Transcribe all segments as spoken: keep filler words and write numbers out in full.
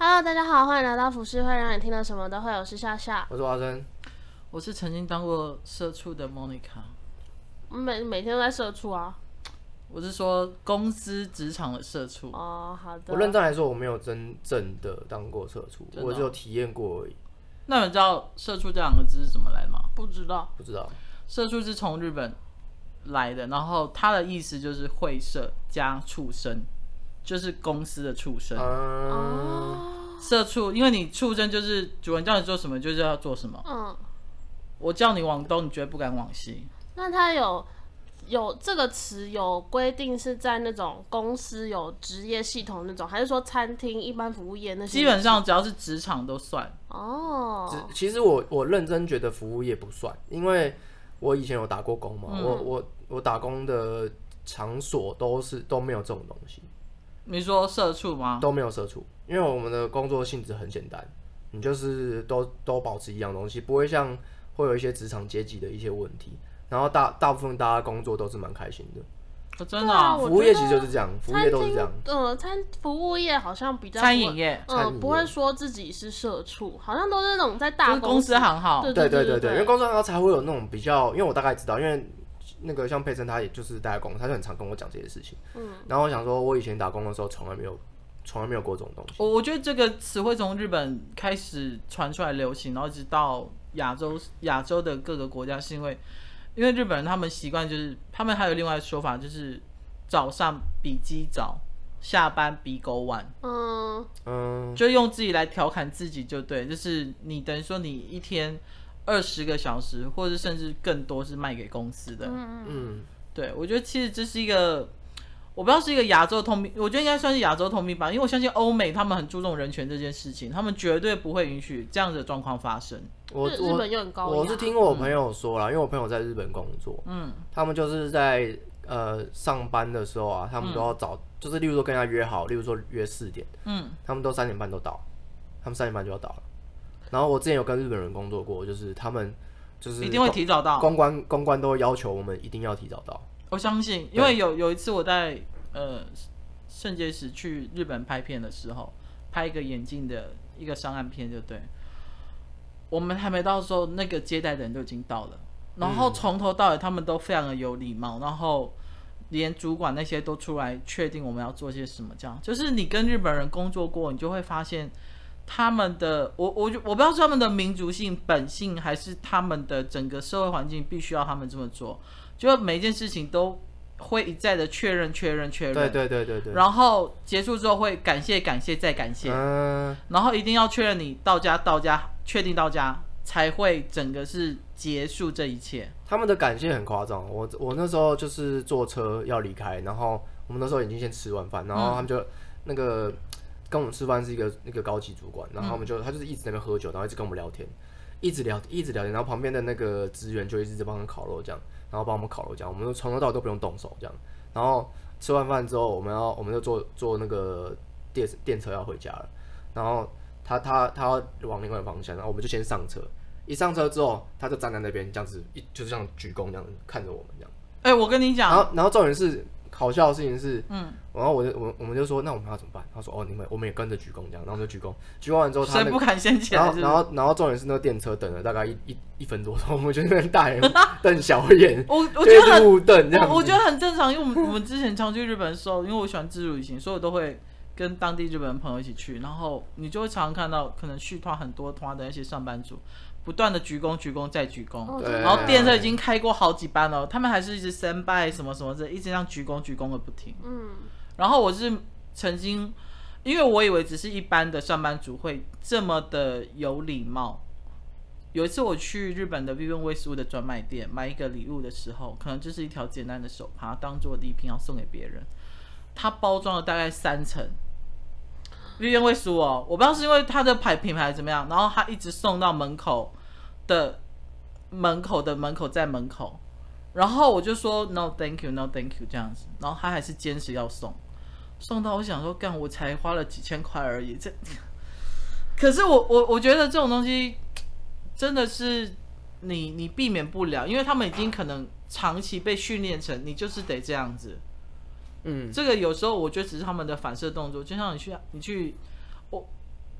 Hello， 大家好，欢迎来到服饰会，让你听了什么都会。我是夏夏， 我是华生， 我是曾经当过社畜的 Monica。 每每天都在社畜啊。 我是说公司职场的社畜。 哦，好的。 我认真来说，我没有真正的当过社畜， 哦、 我只有体验过而已。 那你们知道社畜这两个字是怎么来的吗？ 不知道， 不知道。 社畜是从日本来的，然后它的意思就是会社加畜生，就是公司的畜生。 嗯。 哦。 社畜，因为你畜生就是主人叫你做什么，就是要做什么。 嗯。 我叫你往东，你绝对不敢往西。 那它有有这个词有规定是在那种公司有职业系统那种，还是说餐厅、一般服务业那些？ 基本上只要是职场都算。 哦。 其实我我认真觉得服务业不算，因为我以前有打过工嘛，嗯、我我我打工的场所都是都没有这种东西。 你说社畜吗？ 都没有社畜，因为我们的工作性质很简单，你就是都都保持一样东西，不会像会有一些职场阶级的一些问题。然后大大部分大家工作都是蛮开心的。 哦、真的、啊， 服务业其实就是这样，服务业都是这样。 呃，餐服务业好像比较餐饮业， 嗯、呃，不会说自己是社畜，好像都是那种在大公司， 就是公司行号。 对对对对对， 因为公司行号才会有那种比较，因为我大概知道，因为那个像佩珍他也就是待工，他就很常跟我讲这些事情。嗯，然后我想说，我以前打工的时候从来没有。从来没有过这种东西。 我我觉得这个词汇从日本开始传出来流行，然后一直到亚洲亚洲的各个国家，是因为因为日本人他们习惯就是他们还有另外的说法，就是早上比鸡早，下班比狗晚。 嗯嗯，就用自己来调侃自己就对，就是你等于说你一天二十个小时，或者甚至更多是卖给公司的。 嗯嗯， 对，我觉得其实这是一个。我不知道是一个亚洲通病，我觉得应该算是亚洲通病吧，因为我相信欧美他们很注重人权这件事情，他们绝对不会允许这样子的状况发生。 我日本又很高雅， 我是听过我朋友说啦，嗯、因为我朋友在日本工作，嗯，他们就是在呃上班的时候啊，他们都要早，嗯、就是例如说跟他约好，例如说约四点，嗯，他们都三点半都到，他们三点半就要到了。然后我之前有跟日本人工作过，就是他们就是一定会提早到， 公关公关都会要求我们一定要提早到。 我相信，因为有有一次我在呃肾结石去日本拍片的时候，拍一个眼镜的一个商案片，就对。我们还没到的时候，那个接待的人就已经到了，然后从头到尾他们都非常的有礼貌，然后连主管那些都出来确定我们要做些什么，这样就是你跟日本人工作过，你就会发现他们的我我我不知道是他们的民族性本性，还是他们的整个社会环境必须要他们这么做。就每一件事情都会一再的确认、确认、确认。 对对对对对。 然后结束之后会感谢、感谢再感谢。嗯。然后一定要确认你到家、到家，确定到家才会整个是结束这一切。 他们的感谢很夸张。我我那时候就是坐车要离开，然后我们那时候已经先吃完饭，然后他们就、嗯、那个跟我们吃饭是一个那个高级主管，然后他们就、嗯、他就是一直在那边喝酒，然后一直跟我们聊天。一直聊，一直聊天，然后旁边的那个职员就一直在帮他们烤肉这样，然后帮我们烤肉这样，我们从头到尾都不用动手这样。然后吃完饭之后，我们要我们就坐坐那个电电车要回家了。然后他他他要往另外一个方向，然后我们就先上车。一上车之后，他就站在那边这样子，一就是像鞠躬这样看着我们这样。 哎、欸，我跟你讲， 然后然后重点是。好笑的事情是，嗯，然后我就我我们就说，那我们要怎么办？他说，哦，你们我们也跟着鞠躬这样，然后我们就鞠躬，鞠躬完之后他、那個， 谁不敢先起来？ 然后然后然后重点是那个电车等了大概一一一分多钟，我们就在那边大眼瞪小眼， 我我觉得很互瞪这样我，我觉得很正常，因为我们我们之前常去日本的时候，因为我喜欢自助旅行，所以我都会跟当地日本朋友一起去，然后你就会常常看到可能续团很多团的那些上班族。不断的鞠躬，鞠躬再鞠躬，然后电车已经开过好几班了，他们还是一直 stand by 什么什么的，一直这样鞠躬鞠躬的不停。嗯，然后我是曾经，因为我以为只是一般的上班族会这么的有礼貌。有一次我去日本的 Vivienne Westwood 的专卖店买一个礼物的时候，可能就是一条简单的手帕，当做礼品要送给别人，它包装了大概三层。Vivienne Westwood 哦，我不知道是因为它的牌品牌怎么样，然后他一直送到门口的门口的门口在门口，然后我就说 No thank you No thank you 这样子，然后他还是坚持要送，送到我想说干我才花了几千块而已，这可是我我我觉得这种东西真的是你你避免不了，因为他们已经可能长期被训练成你就是得这样子。嗯，这个有时候我觉得只是他们的反射动作，就像你去你去我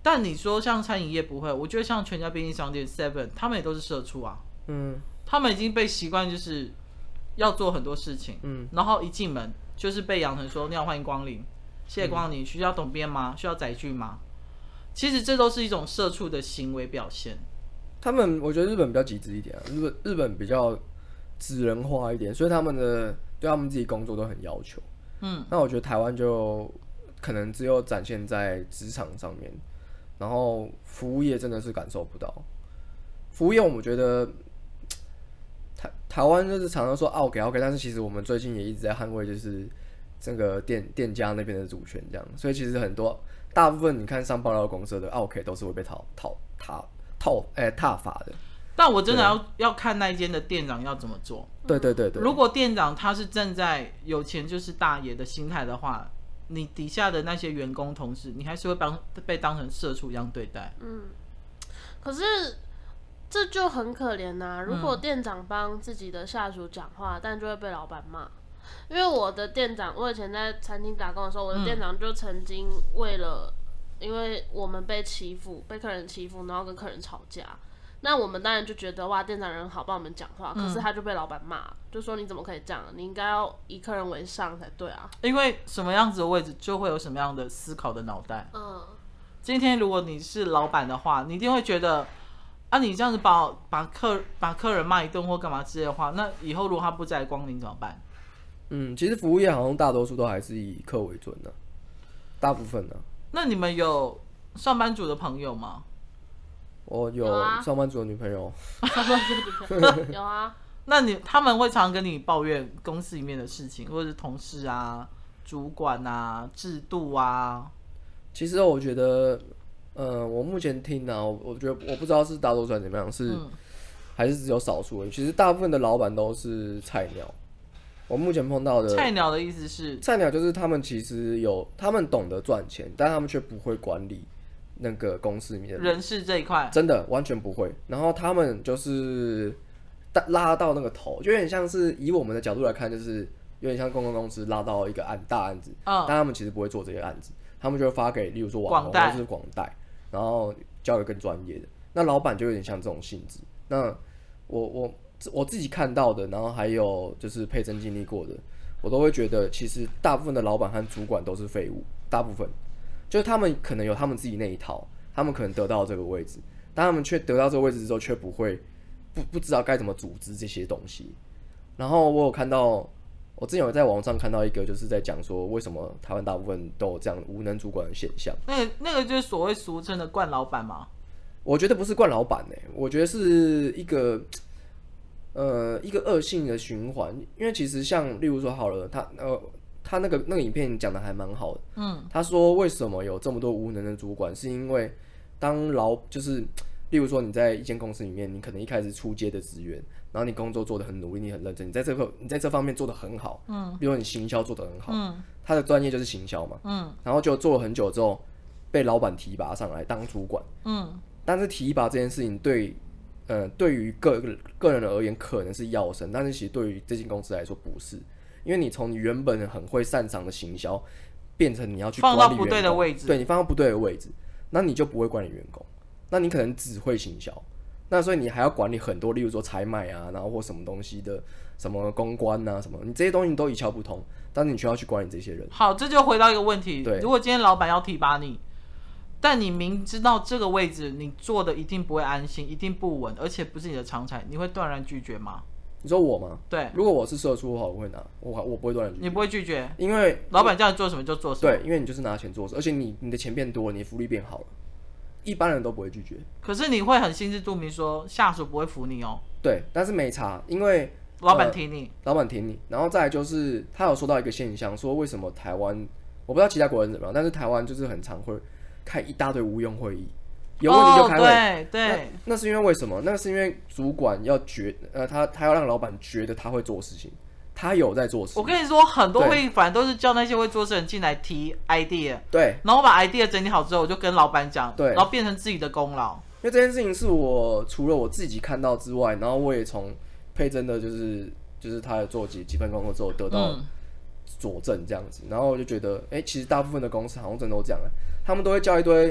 但你说像餐饮业不会，我觉得像全家便利商店 Seven， 他们也都是社畜啊。 嗯， 他们已经被习惯就是要做很多事情，嗯，然后一进门就是被养成说你好欢迎光临，谢谢光临，需要董编吗？需要载具吗？其实这都是一种社畜的行为表现。 他们我觉得日本比较极致一点啊，日本日本比较纸人化一点，所以他们的对他们自己工作都很要求。嗯，那我觉得台湾就可能只有展现在职场上面，然后服务业真的是感受不到。服务业我们觉得台台湾就是常常说 OK OK， 但是其实我们最近也一直在捍卫就是这个店店家那边的主权这样，所以其实很多大部分你看上爆料公司的 OK 都是会被讨讨讨讨哎踏伐的。 但我真的要要看那一间的店长要怎么做。 对对对对。 如果店长他是站在有钱就是大爷的心态的话，你底下的那些员工同事，你还是会当被当成社畜一样对待。 嗯，可是这就很可怜呐、啊。如果店长帮自己的下属讲话，但就会被老板骂。因为我的店长，我以前在餐厅打工的时候，我的店长就曾经为了，因为我们被欺负，被客人欺负，然后跟客人吵架。那我们当然就觉得哇，店长人好，帮我们讲话。可是他就被老板骂，就说你怎么可以这样？你应该要以客人为上才对啊。 因为什么样子的位置，就会有什么样的思考的脑袋。嗯。今天如果你是老板的话，你一定会觉得，啊，你这样子把把客把客人骂一顿或干嘛之类的话，那以后如果他不再光临怎么办？ 嗯，其实服务业好像大多数都还是以客为尊的、啊，大部分呢、啊。 那你们有上班族的朋友吗？ 我有上班族的女朋友， 上班族的女朋友有啊。 那你他们会常跟你抱怨公司里面的事情，或者是同事啊、主管啊、制度啊？ 其实我觉得，呃，我目前听啊，我我觉得我不知道是大多数怎么样，是、嗯、还是只有少数而已。其实大部分的老板都是菜鸟。我目前碰到的菜鸟的意思是， 菜鸟就是他们其实有，他们懂得赚钱，但他们却不会管理那个公司里面的人事这一块， 真的完全不会。然后他们就是拉到那个头，就有点像是以我们的角度来看，就是有点像公共公司拉到一个案大案子，嗯，但他们其实不会做这些案子，他们就会发给，例如说网红或是广代，然后交给更专业的。那老板就有点像这种性质。那我我我自己看到的，然后还有就是佩珍经历过的，我都会觉得，其实大部分的老板和主管都是废物，大部分。就是他们可能有他们自己那一套，他们可能得到这个位置，但他们却得到这个位置之后，却不会不不知道该怎么组织这些东西。然后我有看到，我之前有在网上看到一个，就是在讲说为什么台湾大部分都有这样无能主管的现象。 那个那个就是所谓俗称的惯老板吗？ 我觉得不是惯老板欸，我觉得是一个呃一个恶性的循环。因为其实像例如说好了，他呃。他那个那个影片讲的还蛮好的，嗯，他说为什么有这么多无能的主管，是因为当老就是，例如说你在一间公司里面，你可能一开始初阶的职员，然后你工作做得很努力，你很认真，你在这个你在这方面做得很好，嗯，比如说你行销做得很好，嗯，他的专业就是行销嘛，嗯，然后就做了很久之后，被老板提拔上来当主管，嗯，但是提拔这件事情对，呃，对于个个人而言可能是要生，但是其实对于这间公司来说不是。因为你从你原本很会擅长的行销，变成你要去管理员工， 放到不对的位置， 对你放到不对的位置，那你就不会管理员工，那你可能只会行销，那所以你还要管理很多，例如说采买啊，然后或什么东西的什么公关啊什么，你这些东西你都一窍不通，但是你需要去管理这些人。 好，这就回到一个问题，如果今天老板要提拔你，但你明知道这个位置你做的一定不会安心，一定不稳，而且不是你的长才，你会断然拒绝吗？ 你说我吗？ 对， 如果我是社畜的话，我会拿我我不会断然拒绝。 你不会拒绝， 因为老板叫你做什么就做什么。 对，因为你就是拿钱做事，而且你你的钱变多了，你福利变好了，一般人都不会拒绝。 可是你会很心知肚明说下属不会服你哦。 对，但是没差，因为老板挺你、呃， 老板挺你，然后再来就是他有说到一个现象，说为什么台湾我不知道其他国人怎么样，但是台湾就是很常会开一大堆无用会议。有问题就开会， 哦、对对那，那是因为为什么？那是因为主管要觉，呃，他他要让老板觉得他会做事情，他有在做事。 我跟你说，很多会议反正都是叫那些会做事的人进来提 idea， 对， 然后我把 idea 整理好之后，我就跟老板讲， 对， 然后变成自己的功劳。 因为这件事情是我除了我自己看到之外，然后我也从佩珍的就是就是他有做几几份工作之后得到佐证这样子，然后我就觉得，哎、欸，其实大部分的公司好像真的都这样，他们都会叫一堆。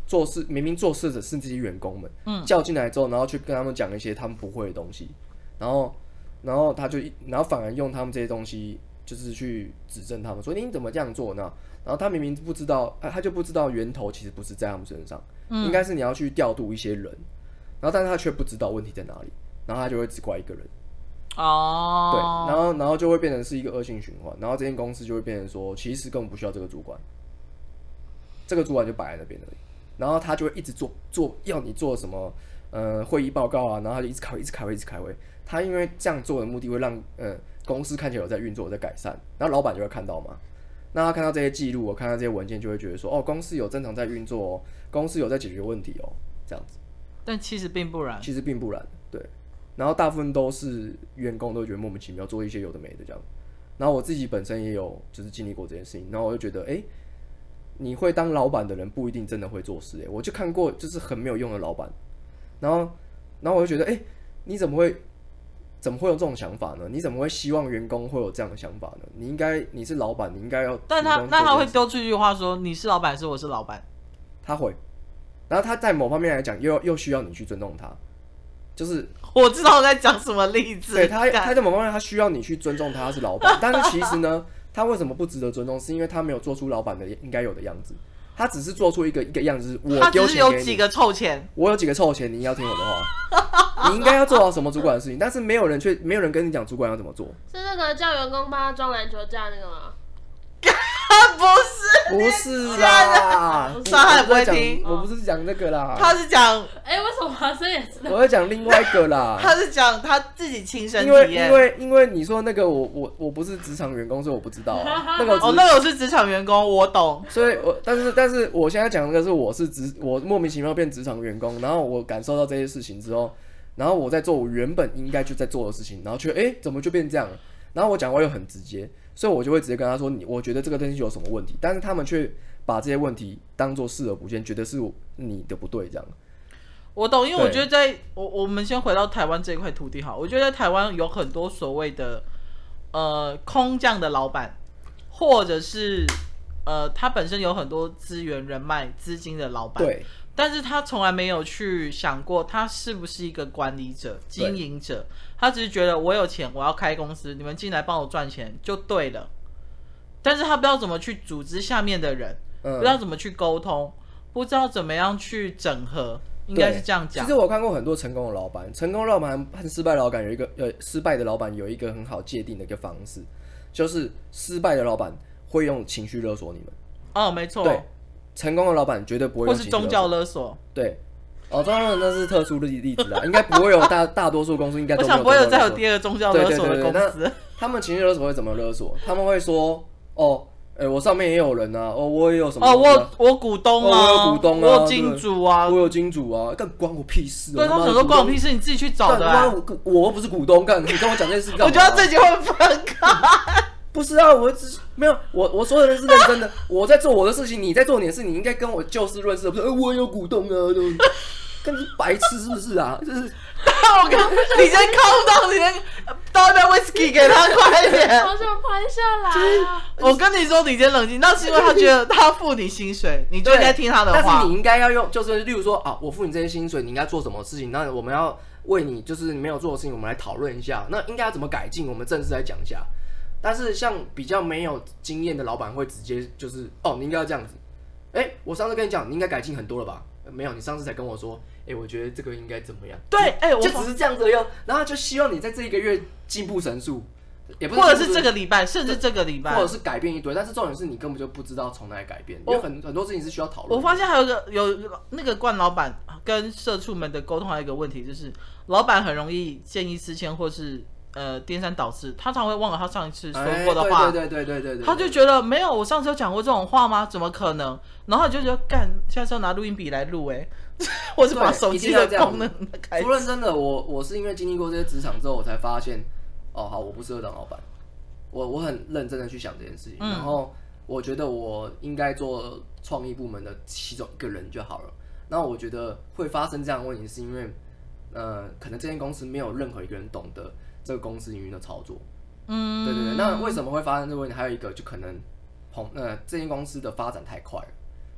做事明明做事的是这些员工们，嗯，叫进来之后，然后去跟他们讲一些他们不会的东西，然后然后他就然后反而用他们这些东西就是去指正他们，说你怎么这样做呢？然后他明明不知道，他就不知道源头其实不是在他们身上，嗯、应该是你要去调度一些人，然后但是他却不知道问题在哪里，然后他就会只怪一个人。哦，对，然后然后就会变成是一个恶性循环，然后这间公司就会变成说，其实根本不需要这个主管，这个主管就摆在那边而已，然后他就会一直做做要你做什么呃会议报告啊，然后他就一直开会，一直开会，一直开会。他因为这样做的目的会让呃公司看起来有在运作，有在改善，然后老板就会看到嘛，那他看到这些记录，我看到这些文件，就会觉得说，哦，公司有正常在运作哦，公司有在解决问题哦，这样子。 但其实并不然， 其实并不然，对。然后大部分都是员工都觉得莫名其妙，做一些有的没的这样。然后我自己本身也有就是经历过这件事情，然后我就觉得，哎，你会当老板的人不一定真的会做事，哎，我就看过就是很没有用的老板，然后，然后我就觉得，哎，你怎么会怎么会有这种想法呢？你怎么会希望员工会有这样的想法呢？你应该你是老板，你应该要。 但他那他会丢出一句话说：“你是老板，还是我是老板？” 他会，然后他在某方面来讲，又又需要你去尊重他。就是我知道我在讲什么例子， 对他，他在某方面他需要你去尊重他是老板，但是其实呢，他为什么不值得尊重？是因为他没有做出老板的应该有的样子，他只是做出一个一个样子，我丢钱给你，他只是有几个臭钱， 我有几个臭钱，你要听我的话，你应该要做好什么主管的事情，但是没有人却没有人跟你讲主管要怎么做， 是那个叫员工帮他装篮球架那个吗？ 不是， 不是啦， 上海不会听， 我不是讲那个啦， 他是讲， 哎、欸，为什么华生也知道？ 我会讲另外一个啦， 他是讲他自己亲身体验，因为验， 因为因为你说那个我我我不是职场员工，所以我不知道、啊，那个哦，那个我是职场员工，我懂， 所以我但是但是我现在讲的是我是职我莫名其妙变职场员工，然后我感受到这些事情之后，然后我在做我原本应该就在做的事情，然后觉得哎怎么就变这样了？然后我讲话又很直接。所以我就会直接跟他说，你我觉得这个东西有什么问题，但是他们却把这些问题当作视而不见，觉得是你的不对这样。 我懂，因为我觉得在我我们先回到台湾这一块土地好，我觉得在台湾有很多所谓的呃空降的老板，或者是呃他本身有很多资源、人脉、资金的老板， 对。 但是他从来没有去想过他是不是一个管理者、经营者，他只是觉得我有钱，我要开公司，你们进来帮我赚钱就对了。但是他不知道怎么去组织下面的人，嗯、不知道怎么去沟通，不知道怎么样去整合，应该是这样讲。 其实我看过很多成功的老板，成功老板和失败的老板有一个呃，失败的老板有一个很好界定的一个方式，就是失败的老板会用情绪勒索你们。 哦，没错。 对。成功的老板绝对不会用情绪勒索， 或是宗教勒索。 对，哦，宗教勒索那是特殊的例子啦，应该不会有大大多数公司应该都没有。 我想不会有再有第二个宗教勒索的公司。 对对对对，他们情绪勒索会怎么勒索？他们会说，哦，哎、欸，我上面也有人啊，哦，我也有什么、啊？ 哦，我我股东啊、哦， 我有股东啊， 我有金主啊， 我有金主啊，干关我屁事、啊！ 对，他们想说关我屁事，你自己去找的、啊。 我我又不是股东，干你跟我讲这件事干嘛？ 我觉得这集会分开。 不是啊，我只是没有我我说的是认真的，我在做我的事情，你在做你的事，你应该跟我就事论事，不是？呃、我有股东啊，对，跟你白痴是不是啊？就是我刚你先calm down，你先倒一杯 whisky 给他，快一点。 好想拍下来啊！ 我跟你说，你先冷静，那是因为他觉得他付你薪水，你就应该听他的话。 但是你应该要用，就是例如说啊，我付你这些薪水，你应该做什么事情？那我们要为你就是你没有做的事情，我们来讨论一下，那应该要怎么改进？我们正式来讲一下。但是像比较没有经验的老板会直接就是哦，你应该要这样子。哎、欸，我上次跟你讲，你应该改进很多了吧？没有，你上次才跟我说，哎、欸，我觉得这个应该怎么样？ 对，哎、欸，我就只是这样子哟。然后就希望你在这一个月进步神速，也不是或者是这个礼拜，甚至这个礼拜， 或者是改变一堆。但是重点是你根本就不知道从哪里改变，有很很多事情是需要讨论。 我发现还有一个有那个冠老板跟社畜们的沟通，还有一个问题就是，老板很容易见异思迁，或是。呃，颠三倒四，他常会忘了他上一次说过的话， 欸、对对对对 对, 对, 对他就觉得没有，我上次有讲过这种话吗？怎么可能？然后你就觉得干，下次要拿录音笔来录哎，或是把手机的功能开。 说认真的，我我是因为经历过这些职场之后，我才发现，哦，好，我不适合当老板，我我很认真的去想这件事情，嗯、然后我觉得我应该做创意部门的其中一个人就好了。那我觉得会发生这样的问题，是因为呃，可能这间公司没有任何一个人懂得。这个公司营运的操作，嗯，对对对。那为什么会发生这个问题？还有一个就可能，红呃，这间公司的发展太快了，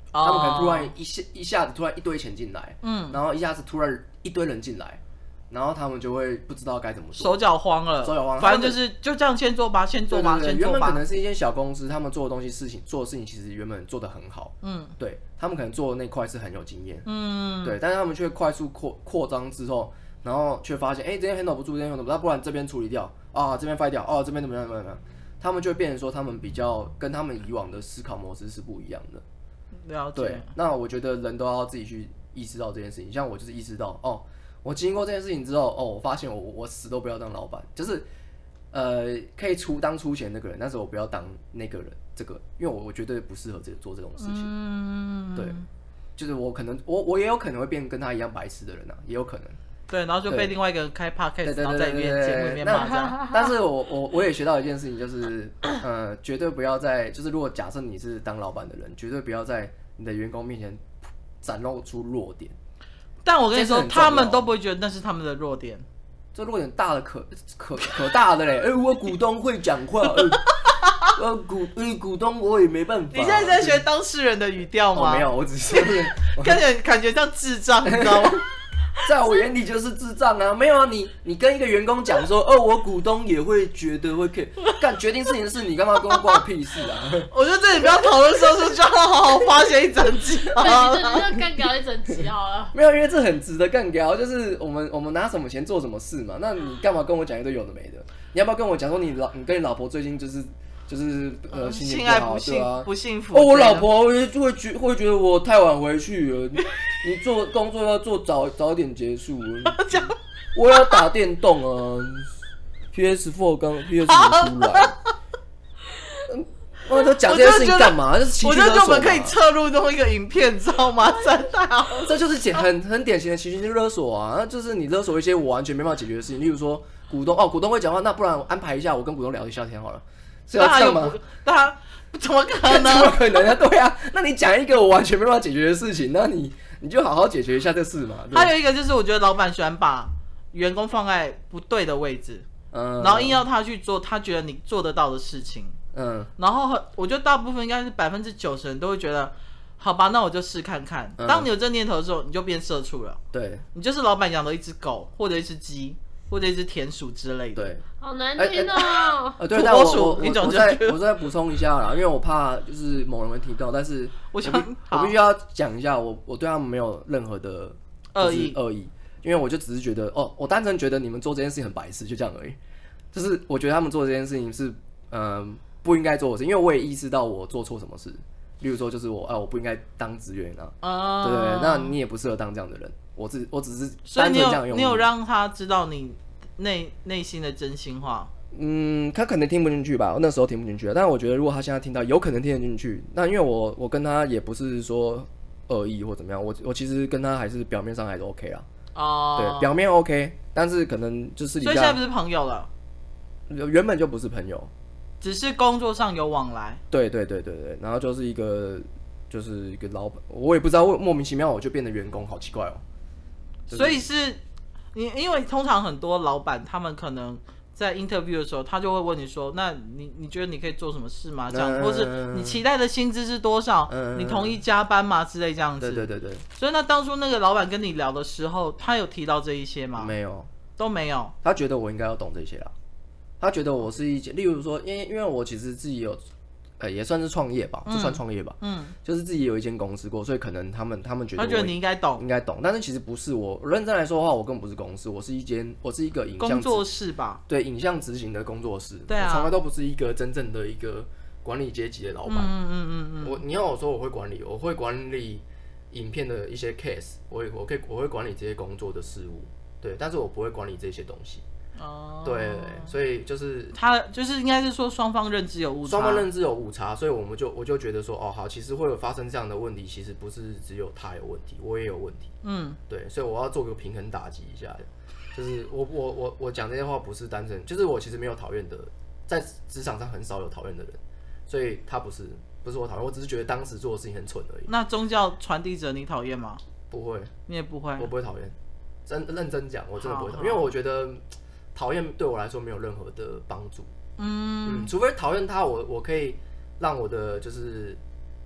他们可能突然一下一下子突然一堆钱进来，嗯，然后一下子突然一堆人进来，然后他们就会不知道该怎么做， 手脚慌了， 手脚慌， 反正就是就这样先做吧，先做吧， 对对对先做吧。 原本可能是一间小公司，他们做的东西事情做的事情其实原本做的很好，嗯，对他们可能做的那块是很有经验，嗯，对，但是他们却快速扩扩张之后，然后却发现，哎、欸，这边 handle 不住，这边 handle 不住，那不然这边处理掉啊，这边废掉，哦，这边怎么样怎么样，他们就会变成说，他们比较跟他们以往的思考模式是不一样的。 了解。 对，那我觉得人都要自己去意识到这件事情。像我就是意识到，哦，我经过这件事情之后，哦，我发现我我死都不要当老板，就是呃，可以出当出钱那个人，但是我不要当那个人，这个，因为我我绝对不适合这做这种事情。嗯，对，就是我可能我我也有可能会变跟他一样白痴的人啊，也有可能。 对，然后就被另外一个人开 podcast， 然后在里面节目里面骂这样。 但是我我我也学到一件事情，就是呃，绝对不要在，就是如果假设你是当老板的人，绝对不要在你的员工面前展露出弱点。 但我跟你说，他们都不会觉得那是他们的弱点。 这弱点大的可可可大的嘞！哎、欸，我股东会讲话，呃、呃股呃股东我也没办法。 你现在在学当事人的语调吗？ 哦、没有，我只是感觉感觉像智障，你知道吗？ 在我眼里就是智障啊！没有啊，你你跟一个员工讲说，哦，我股东也会觉得会 care， 干决定事情是你，干嘛跟我关我屁事啊？ 我觉得这里不要讨论收视，就要好好发泄一整集。 对，你就这样干掉一整集好了。 没有，因为这很值得干掉，就是我们我们拿什么钱做什么事嘛。那你干嘛跟我讲一堆有的没的？你要不要跟我讲说你老你跟你老婆最近就是就是呃心情不好，对啊， 不幸福。 哦，我老婆会会觉会觉得我太晚回去了。你做工作要做早早点结束，我要打电动啊 ！P S 四 刚 P S 五出来，我都讲这些事情干嘛？就是情绪勒索嘛。 我觉得我们可以侧录弄一个影片，你知道吗？真的好， 这就是很很典型的情绪勒索啊！那就是你勒索一些我完全没办法解决的事情，例如说股东哦，股东会讲话，那不然我安排一下，我跟股东聊一下天好了，是要这样吗？ 他怎么可能？ 怎么可能啊？对啊，那你讲一个我完全没办法解决的事情，那你。你就好好解决一下这事嘛。 还有一个就是，我觉得老板喜欢把员工放在不对的位置，嗯，然后硬要他去做他觉得你做得到的事情，嗯，然后我觉得大部分应该是百分之九十人都会觉得，好吧，那我就试看看。嗯、当你有这念头的时候，你就变社畜了。 对， 你就是老板养的一只狗，或者一只鸡，或者一只田鼠之类的。 对， 好难听哦。 呃，对，但我我我我再我再补充一下啦，因为我怕就是某人会听到，但是我想我必须要讲一下，我我对他们没有任何的恶意恶意，因为我就只是觉得哦，我单纯觉得你们做这件事情很白痴，就这样而已。就是我觉得他们做这件事情是嗯、呃、不应该做的事，因为我也意识到我做错什么事，例如说就是我啊我不应该当职员啊，啊对对对，那你也不适合当这样的人，我只我只是单纯这样用。 你有让他知道你内内心的真心话？ 嗯，他可能听不进去吧，我那时候听不进去，但是我觉得如果他现在听到，有可能听得进去。那因为我我跟他也不是说恶意或怎么样，我我其实跟他还是表面上还是 OK 啦。哦，对，表面 OK， 但是可能就是所以现在不是朋友了， 原本就不是朋友， 只是工作上有往来。 对对对对对，然后就是一个就是一个老板，我也不知道莫名其妙我就变成员工，好奇怪哦。 就是、所以是你因为通常很多老板他们可能在 interview 的时候，他就会问你说：“那你你觉得你可以做什么事吗？”这样，嗯、或是你期待的薪资是多少？嗯、你同意加班吗？之类这样子。 对对对对。 所以那当初那个老板跟你聊的时候，他有提到这一些吗？ 没有， 都没有。 他觉得我应该要懂这些啦。他觉得我是一，例如说，因为因为我其实自己有。呃，也算是创业吧，这算创业吧。嗯，就是自己有一间公司过，所以可能他们他们觉得我他觉得你应该懂， 应该懂，但是其实不是我。我认真来说的话，我根本不是公司，我是一间，我是一个影像工作室吧？ 对，影像执行的工作室。 对啊， 我从来都不是一个真正的一个管理阶级的老板。嗯嗯嗯嗯。我你要我说我会管理，我会管理影片的一些 case， 我我可以我会管理这些工作的事务，对，但是我不会管理这些东西。哦，对，所以就是他就是应该是说双方认知有误差， 双方认知有误差，所以我们就我就觉得说，哦，好，其实会有发生这样的问题，其实不是只有他有问题，我也有问题，嗯，对，所以我要做个平衡打击一下，就是我我我我讲这些话不是单纯，就是我其实没有讨厌的，在职场上很少有讨厌的人，所以他不是不是我讨厌，我只是觉得当时做的事情很蠢而已。 那宗教传递者你讨厌吗？ 不会， 你也不会， 我不会讨厌，真认真讲，我真的不会讨厌，因为我觉得。讨厌对我来说没有任何的帮助，嗯，嗯除非讨厌他，我我可以让我的就是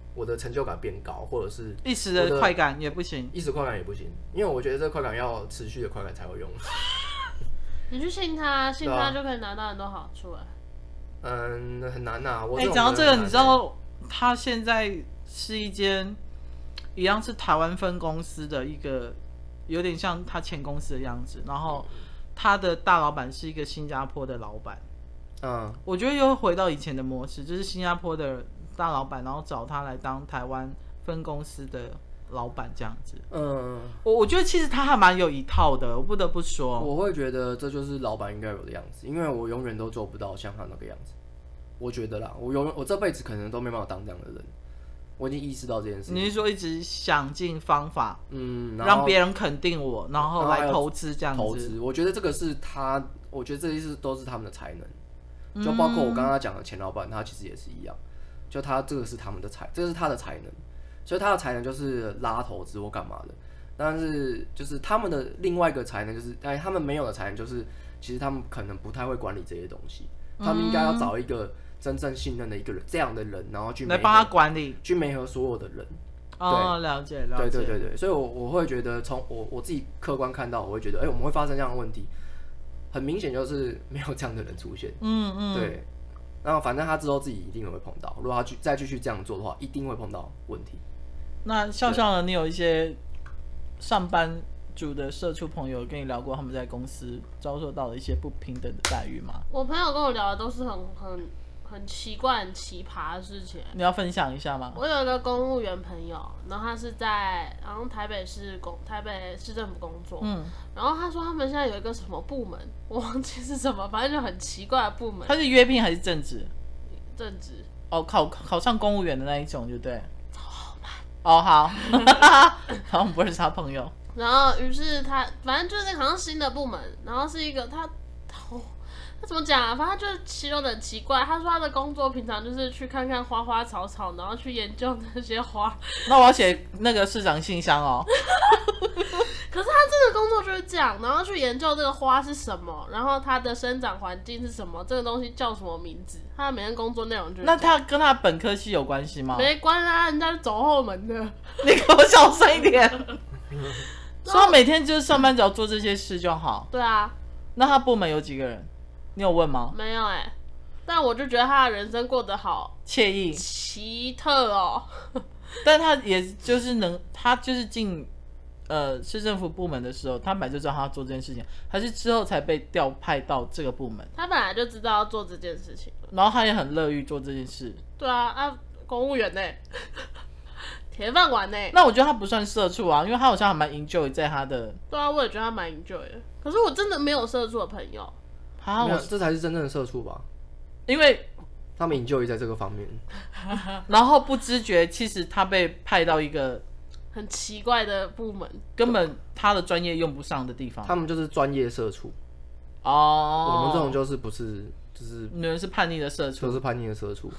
我的成就感变高，或者是一时的快感也不行， 一时快感也不行，因为我觉得这个快感要持续的快感才有用。 你去信他，信他就可以拿到很多好处哎。 嗯，很难呐、啊。我哎，讲、欸、到这个，你知道他现在是一间一样是台湾分公司的一个，有点像他前公司的样子，然后他的大老板是一个新加坡的老板。 嗯， 我觉得又回到以前的模式，就是新加坡的大老板，然后找他来当台湾分公司的老板这样子。嗯，我我觉得其实他还蛮有一套的，我不得不说。 我会觉得这就是老板应该有的样子，因为我永远都做不到像他那个样子。我觉得啦，我永我这辈子可能都没办法当这样的人。我已经意识到这件事情。 你是说一直想尽方法，嗯，让别人肯定我，然后来投资这样子？ 投资，我觉得这个是他，我觉得这些是都是他们的才能。就包括我刚刚讲的钱老板，他其实也是一样，就他这个是他们的才，这是他的才能，所以他的才能就是拉投资或干嘛的。但是就是他们的另外一个才能就是，哎，他们没有的才能就是，其实他们可能不太会管理这些东西，他们应该要找一个真正信任的一个人，这样的人，然后去来帮他管理， 去媒合所有的人。 哦，了解了解。对对对对，所以我我会觉得从我我自己客观看到，我会觉得，哎，我们会发生这样的问题。很明显就是没有这样的人出现，嗯嗯，对，然后反正他之后自己一定会碰到，如果他再继续这样做的话，一定会碰到问题。 那笑笑呢？你有一些上班族的社畜朋友跟你聊过他们在公司遭受到的一些不平等的待遇吗？ 我朋友跟我聊的都是很很很奇怪、很奇葩的事情。 你要分享一下吗？ 我有一个公务员朋友，然后他是在好像台北市公台北市政府工作，嗯，然后他说他们现在有一个什么部门，我忘记是什么，反正就很奇怪的部门。 他是约聘还是正职？ 正职。 哦，考考上公务员的那一种，对不对？超慢。哦，好，好像不是他朋友。 然后，于是他反正就是好像新的部门，然后是一个他，哦他怎么讲啊？反正他就形容的很奇怪。他说他的工作平常就是去看看花花草草，然后去研究那些花。 那我要写那个市长信箱哦。 可是他这个工作就是这样，然后去研究这个花是什么，然后它的生长环境是什么，这个东西叫什么名字。他的每天工作内容就是这样。 那他跟他本科系有关系吗？ 没关啦，人家是走后门的。 你给我小声一点。所以他每天就是上班只要做这些事就好。 对啊。 那他部门有几个人？你有问吗？ 没有哎、欸，但我就觉得他的人生过得好惬意、 奇特哦。 但他也就是能，他就是进呃市政府部门的时候，他本来就知道他要做这件事情，还是之后才被调派到这个部门？ 他本来就知道要做这件事情， 然后他也很乐于做这件事。 对啊，啊，公务员呢、欸，铁饭碗呢、欸。 那我觉得他不算社畜啊，因为他好像还蛮 enjoy 在他的。 对啊，我也觉得他蛮 enjoy 的。可是我真的没有社畜的朋友。 啊，我这才是真正的社畜吧？ 因为他们 enjoy 在这个方面， 然后不知觉，其实他被派到一个很奇怪的部门， 根本他的专业用不上的地方。 他们就是专业社畜哦， 我们这种就是不是，就是你们是叛逆的社畜， 就是叛逆的社畜。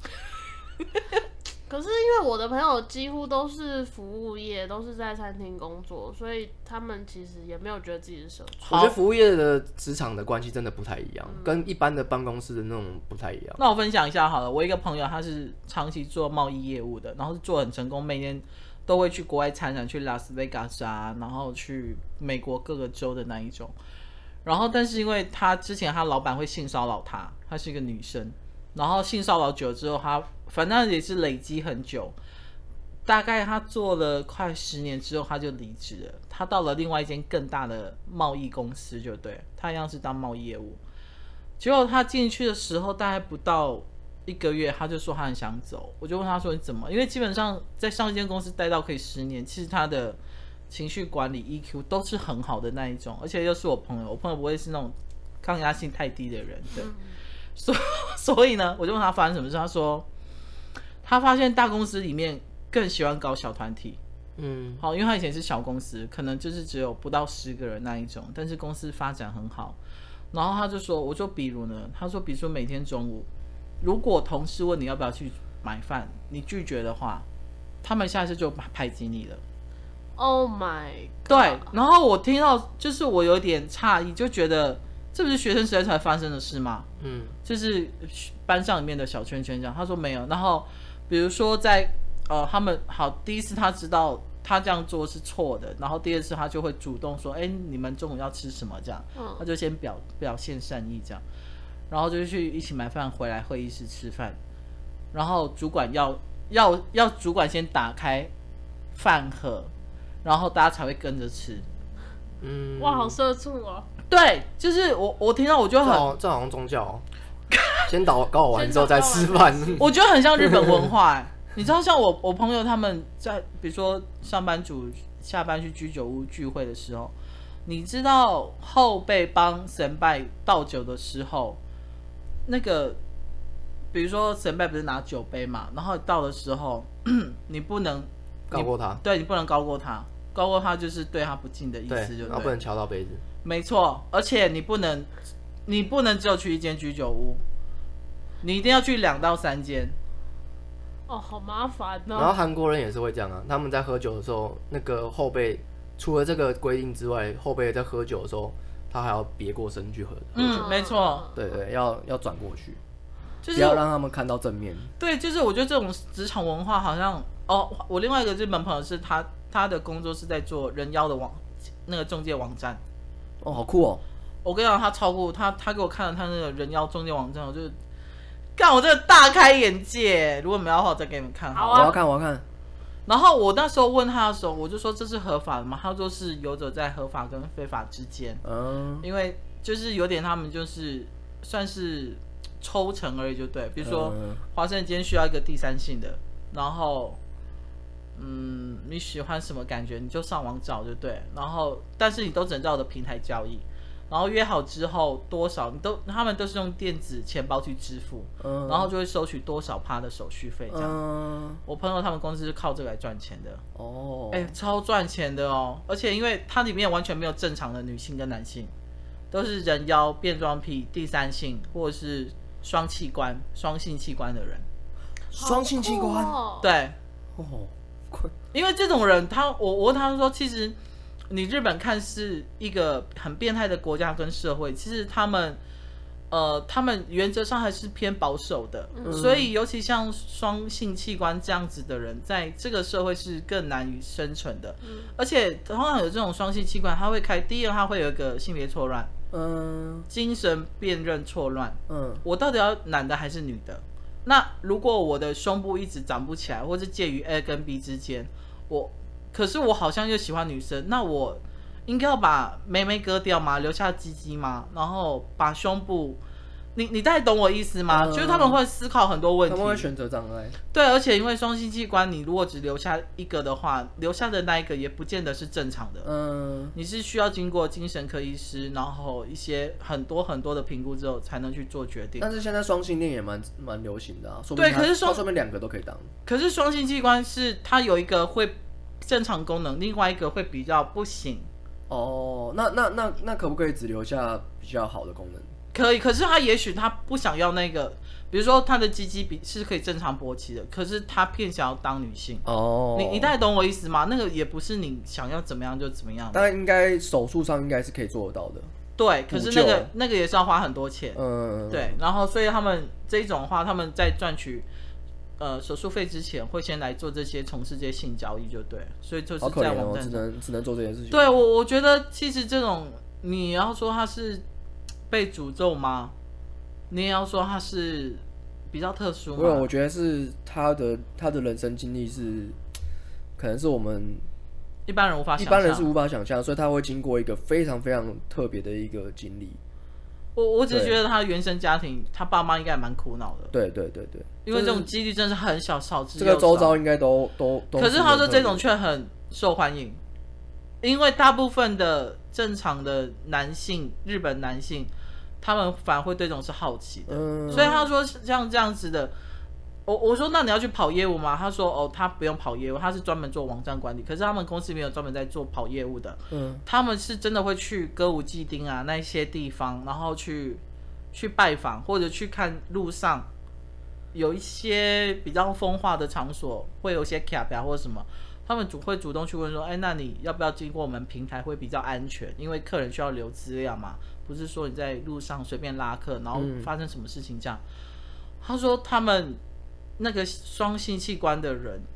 可是因为我的朋友几乎都是服务业，都是在餐厅工作，所以他们其实也没有觉得自己是社畜。 我觉得服务业的职场的关系真的不太一样，嗯、跟一般的办公室的那种不太一样。 那我分享一下好了，我一个朋友他是长期做贸易业务的，然后是做很成功，每年都会去国外参展，去拉斯维加斯啊，然后去美国各个州的那一种。然后，但是因为他之前他老板会性骚扰他，她是一个女生。然后性骚扰久了之后，他反正也是累积很久，大概他做了快十年之后，他就离职了。他到了另外一间更大的贸易公司，就对，他一样是当贸易业务。结果他进去的时候，大概不到一个月，他就说他很想走。我就问他说你怎么？因为基本上在上一间公司待到可以十年，其实他的情绪管理 E Q 都是很好的那一种，而且又是我朋友，我朋友不会是那种抗压性太低的人，对。嗯所, 所以呢，我就问他发生什么事，他说他发现大公司里面更喜欢搞小团体，嗯，好，因为他以前是小公司，可能就是只有不到十个人那一种，但是公司发展很好。然后他就说，我说比如呢，他说比如说每天中午，如果同事问你要不要去买饭，你拒绝的话，他们下次就排挤你了。 Oh my god！ 对，然后我听到就是我有点诧异，就觉得。这不是学生时代才发生的事吗？嗯，就是班上里面的小圈圈这样。他说没有，然后比如说在呃，他们好，第一次他知道他这样做是错的，然后第二次他就会主动说，哎，你们中午要吃什么？这样， 嗯、 他就先表表现善意这样，然后就去一起买饭回来会议室吃饭，然后主管要要要主管先打开饭盒，然后大家才会跟着吃。 嗯， 哇，好社畜哦。 对，就是我我听到我就很， 这好这好像宗教、哦，先祷告完之后再吃饭。 我觉得很像日本文化、欸。你知道，像我我朋友他们在，比如说上班族下班去居酒屋聚会的时候，你知道后辈帮神拜倒酒的时候，那个比如说神拜不是拿酒杯嘛，然后倒的时候，你不能高过他， 对你不能高过他，高过他就是对他不敬的意思，就对， 然后不能敲到杯子。 没错，而且你不能，你不能只有去一间居酒屋，你一定要去两到三间。 哦，好麻烦哦。 然后韩国人也是会这样啊，他们在喝酒的时候，那个后辈除了这个规定之外，后辈在喝酒的时候，他还要别过身去喝。 嗯，没错。 对对，要要转过去， 就是不要让他们看到正面。 对，就是我觉得这种职场文化好像，哦，我另外一个日本朋友是他他的工作是在做人妖的网那个中介网站。 哦，好酷哦！ 我跟你讲，他超过他，他给我看了他那个人妖中介网站，我就干，我真的大开眼界。如果你们要的话，我再给你们看。 好啊， 我要看，我要看。 然后我那时候问他的时候，我就说这是合法的吗？他说是游走在合法跟非法之间。嗯，因为就是有点他们就是算是抽成而已，就对。比如说华盛今天需要一个第三性的，然后。嗯，你喜欢什么感觉，你就上网找就对。然后，但是你都只能在我的平台交易。然后约好之后多少，你都他们都是用电子钱包去支付，嗯、然后就会收取多少趴的手续费这样。嗯、我朋友他们公司是靠这个来赚钱的。哦，哎、欸，超赚钱的哦！而且因为它里面完全没有正常的女性跟男性，都是人妖、变装癖、第三性或者是双器官、双性器官的人。 双性器官？ 哦、 对。哦。因为这种人，他我我问他说，其实你日本看是一个很变态的国家跟社会，其实他们呃他们原则上还是偏保守的，嗯、所以尤其像双性器官这样子的人，在这个社会是更难于生存的。嗯、而且通常有这种双性器官，他会开第一个他会有一个性别错乱，嗯，精神辨认错乱，嗯，我到底要男的还是女的？那如果我的胸部一直长不起来，或是介于 A 跟 B 之间，我可是我好像又喜欢女生，那我应该要把妹妹割掉吗？留下鸡鸡吗？然后把胸部，你你大概懂我意思吗？嗯、就是他们会思考很多问题， 他们会选择障碍。 对，而且因为双性器官，你如果只留下一个的话，留下的那一个也不见得是正常的。嗯，你是需要经过精神科医师，然后一些很多很多的评估之后，才能去做决定。 但是现在双性恋也蛮蛮流行的啊，说不定对，可是双说明两个都可以当。 可是双性器官是它有一个会正常功能，另外一个会比较不行。 哦，那那那那可不可以只留下比较好的功能？ 可以，可是他也许他不想要那个，比如说他的鸡鸡比是可以正常勃起的，可是他偏想要当女性。哦，你你大概懂我意思吗？那个也不是你想要怎么样就怎么样。 当然，应该手术上应该是可以做得到的。 对，可是那个那个也是要花很多钱。嗯，对，然后所以他们这一种的话，他们在赚取呃手术费之前，会先来做这些从事这些性交易，就对。所以就是在网站上、 哦、只能只能做这件事情。 对我我觉得其实这种你要说他是被诅咒吗？你也要说他是比较特殊吗？ 没有，我觉得是他的他的人生经历是，可能是我们一般人无法想象， 一般人是无法想象，所以他会经过一个非常非常特别的一个经历。 我我只是觉得他的原生家庭，他爸妈应该蛮苦恼的。 对对对对， 因为这种几率真的是很小，少之又少。这个周遭应该都都都。 可是他说这种却很受欢迎，因为大部分的正常的男性，日本男性，他们反而会对这种是好奇的。嗯、所以他说像这样子的，我我说那你要去跑业务吗？他说哦，他不用跑业务，他是专门做网站管理。可是他们公司没有专门在做跑业务的，嗯，他们是真的会去歌舞伎町啊那些地方，然后去去拜访或者去看路上有一些比较风化的场所，会有一些卡表或者什么，他们主会主动去问说，哎，那你要不要经过我们平台会比较安全？因为客人需要留资料嘛，不是说你在路上随便拉客，然后发生什么事情这样。嗯、他说他们。那个双性器官的人，他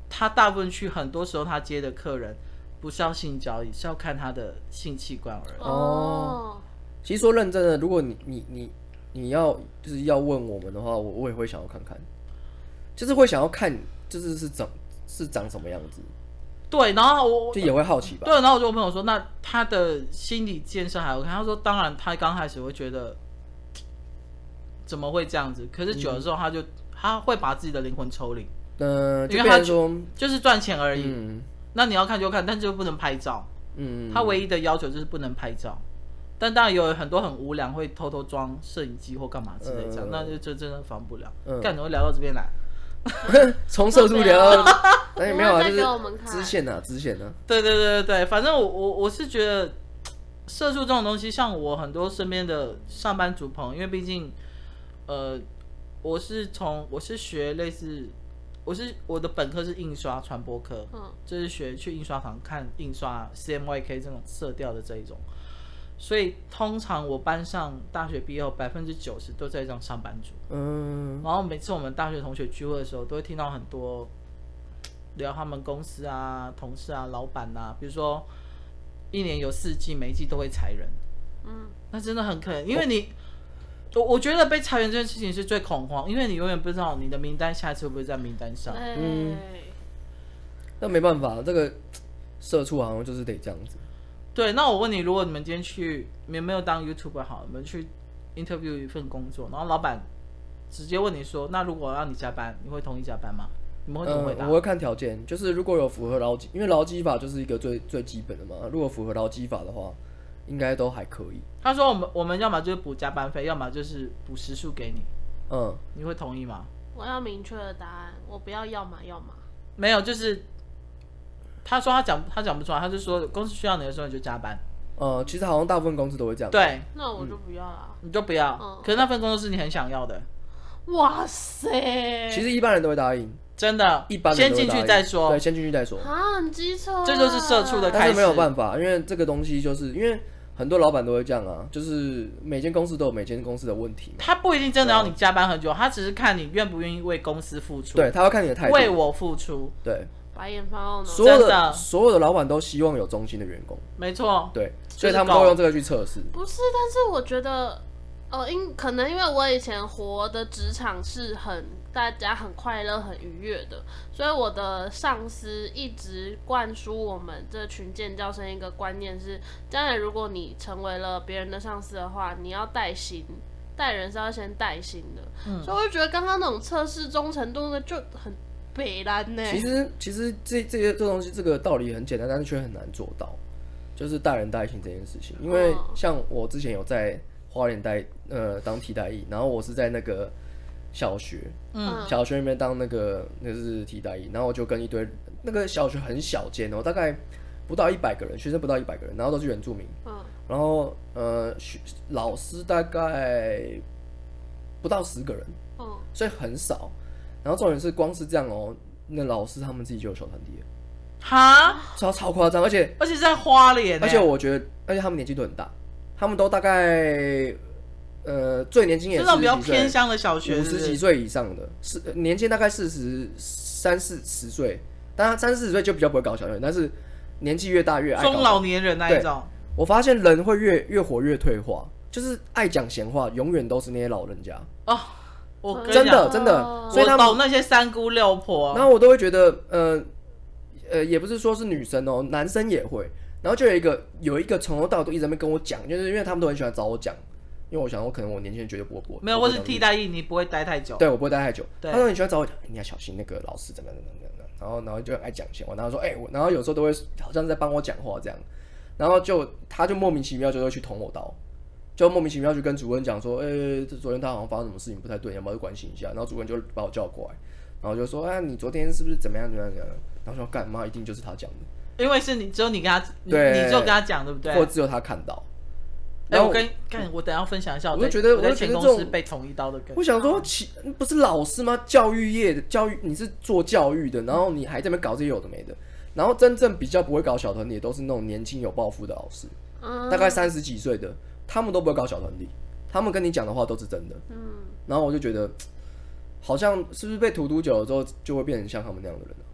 他大部分去很多时候他接的客人不是要性交易，是要看他的性器官而已。 哦， 其实说认真的，如果你你你你要就是要问我们的话，我我也会想要看看，就是会想要看，就是是长是长什么样子。 对，然后我就也会好奇吧。 对，然后我就跟我朋友说，那他的心理建设还 OK。他说，当然他刚开始会觉得怎么会这样子，可是久了之后，他就、嗯、他会把自己的灵魂抽离。 呃， 因为他就就是赚钱而已。嗯，那你要看就看，但就不能拍照。嗯，他唯一的要求就是不能拍照。但当然有很多很无良会偷偷装摄影机或干嘛之类这样，呃、那就就真的防不了。干、嗯，怎么会聊到这边来？ 从色素聊到，哎，没有啊，就是支线啊，支线啊。 对对对对对，反正我我我是觉得色素这种东西，像我很多身边的上班族朋友，因为毕竟，呃，我是从我是学类似，我是我的本科是印刷传播科，嗯，就是学去印刷厂看印刷 C M Y K 这种色调的这一种。所以通常我班上大学毕业后百分之九十都在这样上班族，嗯，然后每次我们大学同学聚会的时候，都会听到很多聊他们公司啊、同事啊、老板啊，比如说一年有四季，每一季都会裁人，嗯，那真的很可怜，因为你，我我觉得被裁员这件事情是最恐慌，因为你永远不知道你的名单下一次会不会在名单上，嗯， 那没办法，这个社畜好像就是得这样子。 对，那我问你，如果你们今天去，你们没有当 YouTuber 好，你们去 interview 一份工作，然后老板直接问你说，那如果让你加班，你会同意加班吗？你们会怎么回答？ 嗯、我会看条件，就是如果有符合劳基，因为劳基法就是一个最最基本的嘛。如果符合劳基法的话，应该都还可以。 他说我们我们要么就是补加班费，要么就是补时数给你。嗯，你会同意吗？ 我要明确的答案，我不要要嘛要嘛。 没有，就是。他说他讲他讲不出来，他就说公司需要你的时候你就加班。 呃，其实好像大部分公司都会这样。 对， 那我就不要了。 嗯、你就不要、嗯，可是那份工作是你很想要的。 哇塞！ 其实一般人都会答应， 真的。 一般人先进去再说。 对，先进去再说。 啊，很机车、啊。 这就是社畜的开始。 但是没有办法，因为这个东西就是因为很多老板都会这样啊，就是每间公司都有每间公司的问题嘛。 他不一定真的要你加班很久，他只是看你愿不愿意为公司付出。 对，他要看你的态度。 为我付出。 对。 白眼翻呢？ 所有的所有的老板都希望有忠心的员工， 没错， 对，所以他们都用这个去测试。 不是，但是我觉得，呃，因可能因为我以前活的职场是很大家很快乐、很愉悦的，所以我的上司一直灌输我们这群建教生一个观念是：将来如果你成为了别人的上司的话，你要带薪，带人是要先带薪的。嗯，所以我就觉得刚刚那种测试忠诚度的就很。北蓝呢？ 其实其实这这些这东西这个道理很简单，但是却很难做到，就是带人带心这件事情。因为像我之前有在花莲带呃当替代役，然后我是在那个小学，嗯，小学里面当那个那是替代役，然后我就跟一堆那个小学很小间哦，大概不到一百个人，学生不到一百个人，然后都是原住民，嗯，然后呃老师大概不到十个人，嗯，所以很少。然后重点是，光是这样哦，那老师他们自己就有小团体了， 哈， 超超夸张，而且而且是在花莲， 而且我觉得，而且他们年纪都很大，他们都大概呃最年轻也是这种比较偏乡的小学， 五十几岁以上的，是年轻大概四十三四十岁，当然三四十岁就比较不会搞小团，但是年纪越大越爱搞中老年人那一种。 我发现人会越越活越退化，就是爱讲闲话，永远都是那些老人家哦。 我真的真的，所以他们我懂那些三姑六婆， 然后我都会觉得，呃呃，也不是说是女生哦，男生也会。然后就有一个有一个从头到尾都一直在那边跟我讲，就是因为他们都很喜欢找我讲，因为我想我可能我年轻人绝对不会播， 没有，或是替代役，你不会待太久， 对我不会待太久。他说你喜欢找我讲，你要小心那个老师怎么样怎么样怎么样，然后然后就很爱讲闲话，然后说哎、欸，然后有时候都会好像是在帮我讲话这样，然后就他就莫名其妙就会去捅我刀。就莫名其妙去跟主任讲说，哎、欸，昨天他好像发生什么事情不太对，要不要去关心一下？然后主任就把我叫过来，然后就说，啊，你昨天是不是怎么样怎么样怎么样？然后说，干妈一定就是他讲的， 因为是你只有你跟他，你你只有跟他讲，对不对？ 或只有他看到。 哎、欸，我跟干，我等一下分享一下我， 我就觉得我在前公司被捅一刀的。 我想说，其不是老师吗？教育业的教育，你是做教育的，然后你还在那边搞这些有的没的，然后真正比较不会搞小团体，都是那种年轻有抱负的老师，嗯、大概三十几岁的，他们都不会搞小团体。他们跟你讲的话都是真的，嗯，然后我就觉得，好像是不是被荼毒久了之后，就会变成像他们那样的人、啊、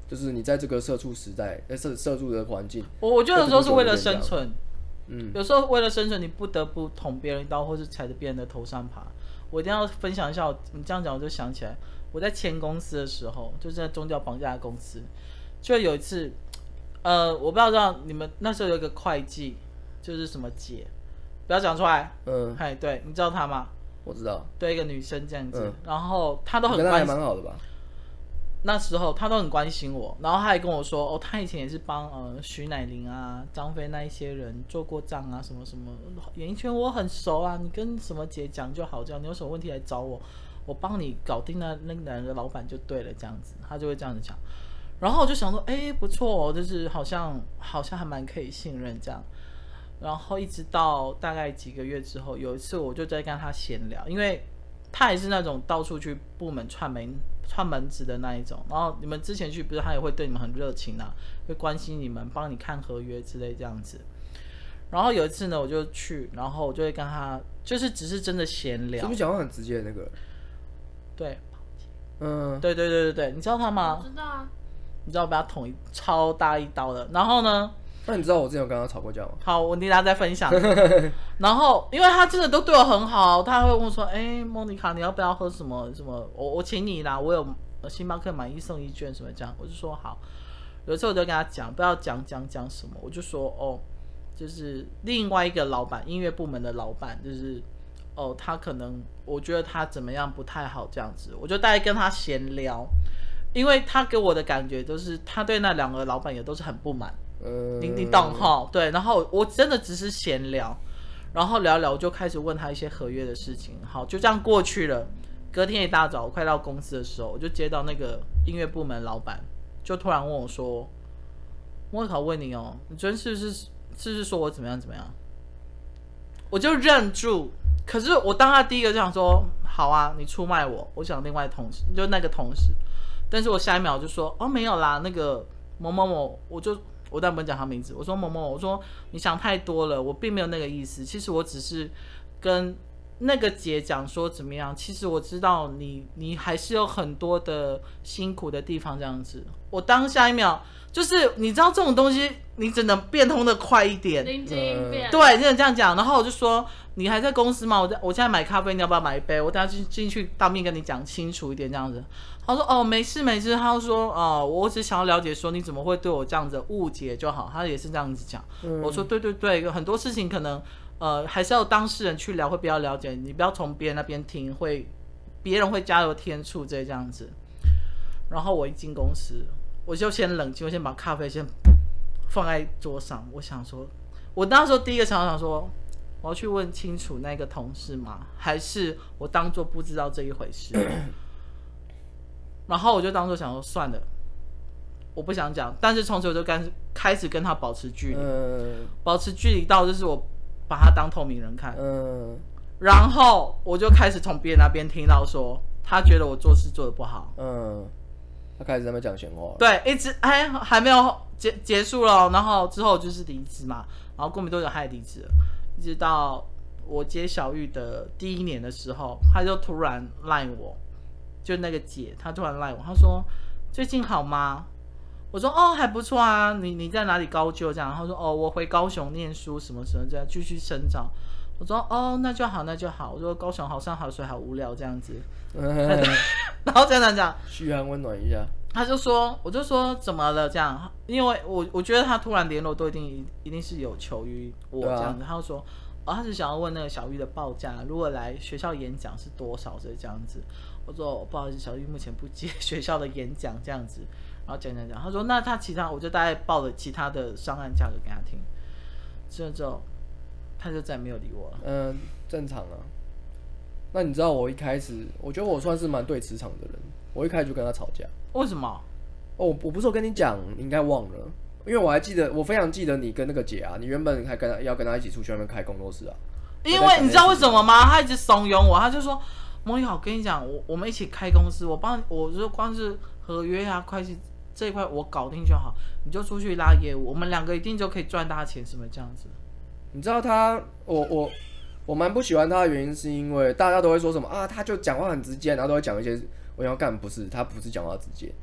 就是你在这个社畜时代，呃社社畜的环境， 我我觉得有时候是为了生存， 嗯， 有时候为了生存，你不得不捅别人一刀，或是踩着别人的头上爬。我一定要分享一下，你这样讲我就想起来，我在前公司的时候，就是在宗教绑架的公司，就有一次，呃，我不知道你们那时候有一个会计，就是什么姐，不要讲出来，嗯，嗨，对，你知道她吗？ 我知道， 对，一个女生这样子，嗯、然后她都很关心， 跟她还蛮好的吧？ 那时候她都很关心我，然后她还跟我说，哦，她以前也是帮呃徐乃麟啊、张飞那一些人做过账啊，什么什么，演艺圈我很熟啊，你跟什么姐讲就好，这样你有什么问题来找我，我帮你搞定那那两个老板就对了，这样子，她就会这样子讲。然后我就想说，哎，不错哦，就是好像好像还蛮可以信任这样。然后一直到大概几个月之后，有一次我就在跟他闲聊，因为他也是那种到处去部门串门串门子的那一种。然后你们之前去，不是他也会对你们很热情啊，会关心你们，帮你看合约之类这样子。然后有一次呢，我就去，然后我就会跟他，就是只是真的闲聊。 是不是讲话很直接的那个？ 对， 嗯， 对对对对对，你知道他吗？ 我知道啊。 你知道我被他捅一超大一刀的，然后呢？ 那你知道我之前有跟他吵过架吗？ 好，我等一下再分享。然后，因为他真的都对我很好，他还会问我说：“哎、欸，莫妮卡，你要不要喝什么什么？我我请你啦，我有星巴克买一送一券什么这样。”我就说好。有一次我就跟他讲，不要讲讲讲什么，我就说哦，就是另外一个老板，音乐部门的老板，就是哦，他可能我觉得他怎么样不太好这样子，我就大概跟他闲聊，因为他给我的感觉就是他对那两个老板也都是很不满。你你懂齁？对，然后我真的只是闲聊，然后聊聊我就开始问他一些合约的事情。好，就这样过去了。隔天一大早，快到公司的时候，我就接到那个音乐部门老板，就突然问我说：“莫考问你哦，你昨天是不是是不是说我怎么样怎么样？”我就愣住。可是我当他第一个就想说：“好啊，你出卖我。”我想另外同事，就那个同事，但是我下一秒就说：“哦，没有啦，那个某某某，我就。”我当然不能讲他名字，我说某某，我说你想太多了，我并没有那个意思。其实我只是跟那个姐讲说怎么样。其实我知道你，你还是有很多的辛苦的地方这样子。我当下一秒就是你知道这种东西，你只能变通的快一点， 临机应变。 对，只能这样讲。然后我就说你还在公司吗？我在，我现在买咖啡，你要不要买一杯？我等下进进去当面跟你讲清楚一点这样子。他说哦没事没事，他说哦我只想要了解说你怎么会对我这样子误解就好，他也是这样子讲、嗯。我说对对对，很多事情可能呃还是要当事人去聊会比较了解，你不要从别人那边听，会别人会加油添醋这样子。然后我一进公司，我就先冷静，我先把咖啡先放在桌上，我想说，我那时候第一个想法说，我要去问清楚那个同事吗？还是我当作不知道这一回事？然后我就当作想说算了，我不想讲。但是从此我就开开始跟他保持距离、嗯，保持距离到就是我把他当透明人看。嗯，然后我就开始从别人那边听到说，他觉得我做事做得不好。嗯， 他开始在那边讲闲话。 对，一直还还没有结结束了，然后之后就是离职嘛，然后过没多久他也离职了，一直到我接小玉的第一年的时候，他就突然赖我。就那个姐，她突然赖我，她说最近好吗？我说哦还不错啊，你你在哪里高就这样？她说哦我回高雄念书什么什么这样继续深造。我说哦那就好那就好。我说高雄好山好水好无聊这样子，然后这样讲嘘寒问暖一下。 他就说我就说怎么了这样，因为我我觉得他突然联络都一定一定是有求于我这样子。啊、他就说哦他是想要问那个小玉的报价，如果来学校演讲是多少这样子。我说不好意思，小玉目前不接学校的演讲这样子，然后讲讲讲，他说那他其他，我就大概报了其他的商案价格给他听，之后他就再也没有理我了。 嗯，正常啊。那你知道我一开始，我觉得我算是蛮对磁场的人，我一开始就跟他吵架。 为什么？ 哦，我不是有跟你讲，你应该忘了，因为我还记得，我非常记得你跟那个姐啊，你原本还跟他要跟他一起出去外面开工作室啊。 因为你知道为什么吗？他一直怂恿我，他就说。莫妮卡，我跟你讲，我我们一起开公司，我帮我就光是合约啊、会计这一块我搞定就好，你就出去拉业务，我们两个一定就可以赚大钱，什么这样子。 你知道他，我我我蛮不喜欢他的原因，是因为大家都会说什么啊，他就讲话很直接，然后都会讲一些我要干不是，他不是讲话直接，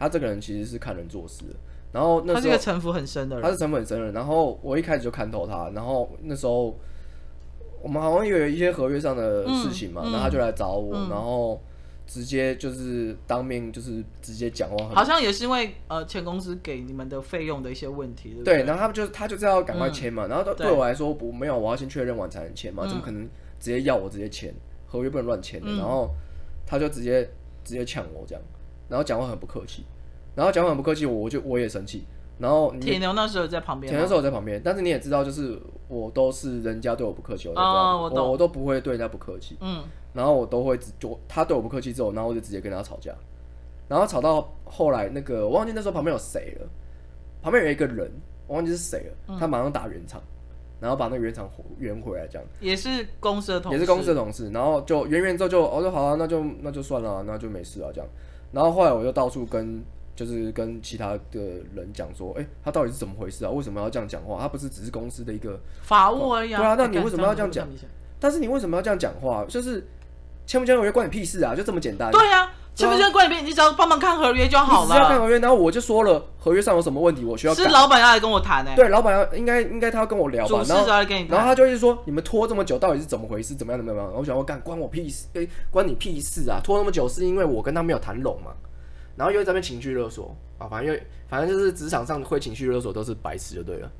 他这个人其实是看人做事的。然后那时候他是个城府很深的人， 他是城府很深的人。然后我一开始就看透他，然后那时候我们好像有一些合约上的事情嘛，嗯嗯、然后他就来找我，嗯、然后直接就是当面就是直接讲话， 好像也是因为呃前公司给你们的费用的一些问题，对不对？ 对，然后他就他就是要赶快签嘛，嗯、然后对我来说我没有，我要先确认完才能签嘛，嗯、怎么可能直接要我直接签？合约不能乱签的，嗯、然后他就直接直接呛我这样，然后讲话很不客气。然后讲话很不客气，我就我也生气。然后铁牛那时候在旁边， 铁牛那时候在旁边，但是你也知道，就是我都是人家对我不客气，我都、 哦、我, 我, 我都不会对人家不客气。嗯，然后我都会就他对我不客气之后，然后我就直接跟他吵架，然后吵到后来那个我忘记那时候旁边有谁了，旁边有一个人我忘记是谁了，嗯、他马上打圆场，然后把那个圆场圆回来，这样也是公司的同事， 也是公司的同事，然后就圆圆之后就我说好啊，那就那就算了、啊，那就没事啊这样。然后后来我就到处跟。就是跟其他的人讲说，哎、欸，他到底是怎么回事啊？为什么要这样讲话？他不是只是公司的一个法务而已啊。 对啊，那你为什么要这样讲？但是你为什么要这样讲话？就是签不签合约关你屁事啊，就这么简单。 对啊，签不签关你屁，你只要帮忙看合约就好了。 你只要看合约，然后我就说了，合约上有什么问题，我需要改。 是老板要来跟我谈哎、欸。 对，老板要应该应该他要跟我聊吧。 主事要来跟你谈。 然后他就一直说，你们拖这么久，到底是怎么回事？怎么样怎么样？然后我想说，干关我屁事，哎、欸，关你屁事啊！拖那么久是因为我跟他没有谈拢嘛。然后又在那边情绪勒索啊，反正又反正就是职场上会情绪勒索都是白痴就对了。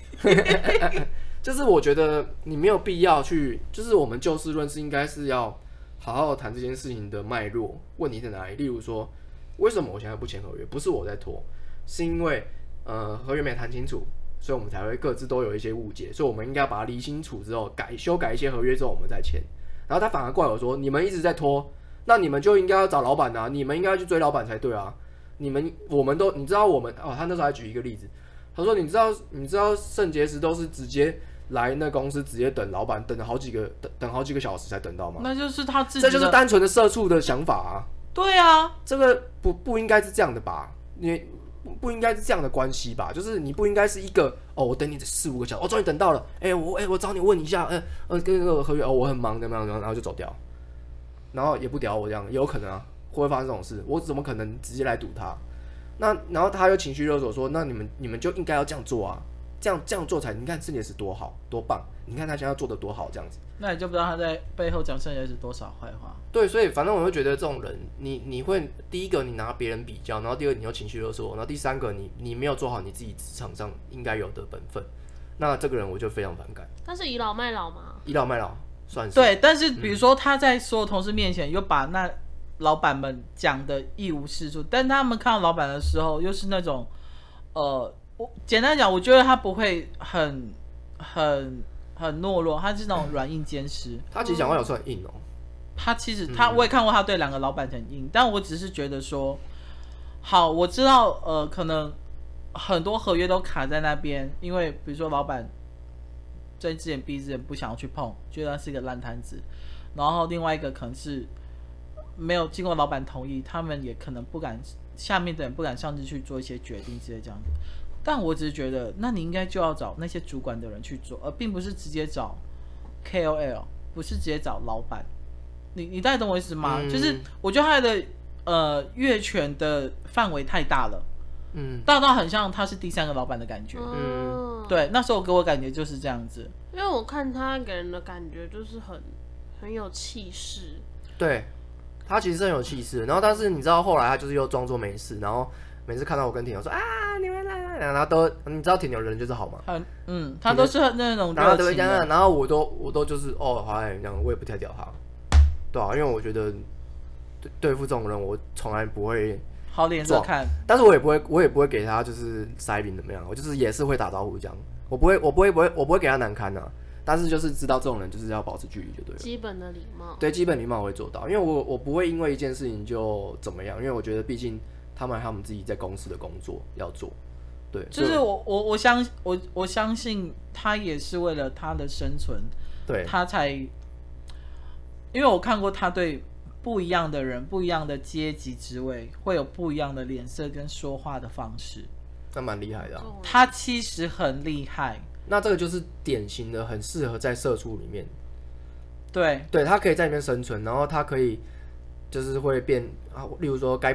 就是我觉得你没有必要去，就是我们就事论事，应该是要好好谈这件事情的脉络，问题在哪里？例如说，为什么我现在不签合约？不是我在拖，是因为呃合约没谈清楚，所以我们才会各自都有一些误解，所以我们应该要把它理清楚之后，改修改一些合约之后，我们再签。然后他反而怪我说，你们一直在拖。那你们就应该要找老板啊，你们应该要去追老板才对啊。你们我们都你知道我们哦，他那时候还举一个例子，他说你知道你知道肾结石都是直接来那公司直接等老板等了好几个等等好几个小时才等到吗？ 那就是他自己的，这就是单纯的社畜的想法啊。 对啊， 这个不不应该是这样的吧？你不应该是这样的关系吧？就是你不应该是一个哦，我等你四五个小时，我终于等到了，哎、欸、我哎、欸、我找你问一下，呃呃跟那个合约哦我很忙怎么样，然后就走掉。然后也不屌我这样，也有可能啊，会不会发生这种事？我怎么可能直接来堵他？那然后他又情绪勒索说，那你们你们就应该要这样做啊，这样这样做才你看肾结石多好多棒，你看他现在做的多好这样子。 那你就不知道他在背后讲肾结石多少坏话。 对，所以反正我就觉得这种人，你你会第一个你拿别人比较，然后第二个你又情绪勒索，然后第三个你你没有做好你自己职场上应该有的本分，那这个人我就非常反感。 他是倚老卖老吗？ 倚老卖老。算是对，但是比如说他在所有同事面前又把那老板们讲的一无是处，但他们看到老板的时候又是那种，呃，我简单讲，我觉得他不会很很很懦弱，他是那种软硬兼施。 他其实讲话有时候很硬哦。 他其实他我也看过他对两个老板很硬，但我只是觉得说，好，我知道呃，可能很多合约都卡在那边，因为比如说老板。睁只眼闭只眼不想要去碰，觉得那是一个烂摊子。然后另外一个可能是没有经过老板同意，他们也可能不敢，下面的人不敢上去去做一些决定之类这样子。但我只是觉得，那你应该就要找那些主管的人去做，而并不是直接找 K O L， 不是直接找老板。你你大概懂我意思吗？嗯、就是我觉得他的呃越权的范围太大了。嗯，大到很像他是第三个老板的感觉。嗯，对，那时候给我感觉就是这样子。 因为我看他给人的感觉就是很很有气势。 对，他其实很有气势。然后，但是你知道后来他就是又装作没事，然后每次看到我跟铁牛说啊，你们来来，然后都你知道铁牛人就是好嘛。 嗯嗯，他都是那种然后都会这样，然后我都我都就是哦，好这样，我也不太屌他，对啊，因为我觉得对对付这种人，我从来不会。 好脸色看， 但是我也不会，我也不会给他就是塞饼怎么样，我就是也是会打招呼这样，我不会，我不会，不会，我不会给他难堪啊。但是就是知道这种人就是要保持距离就对了， 基本的礼貌。 对，基本礼貌我会做到，因为我我不会因为一件事情就怎么样，因为我觉得毕竟他们他们自己在公司的工作要做，对， 就是我我我相我我相信他也是为了他的生存， 对， 他才，因为我看过他对。不一样的人，不一样的阶级职位，会有不一样的脸色跟说话的方式。 那蛮厉害的、啊。 他其实很厉害。 那这个就是典型的，很适合在社畜里面。 对， 对他可以在里面生存，然后他可以就是会变啊，例如说该拍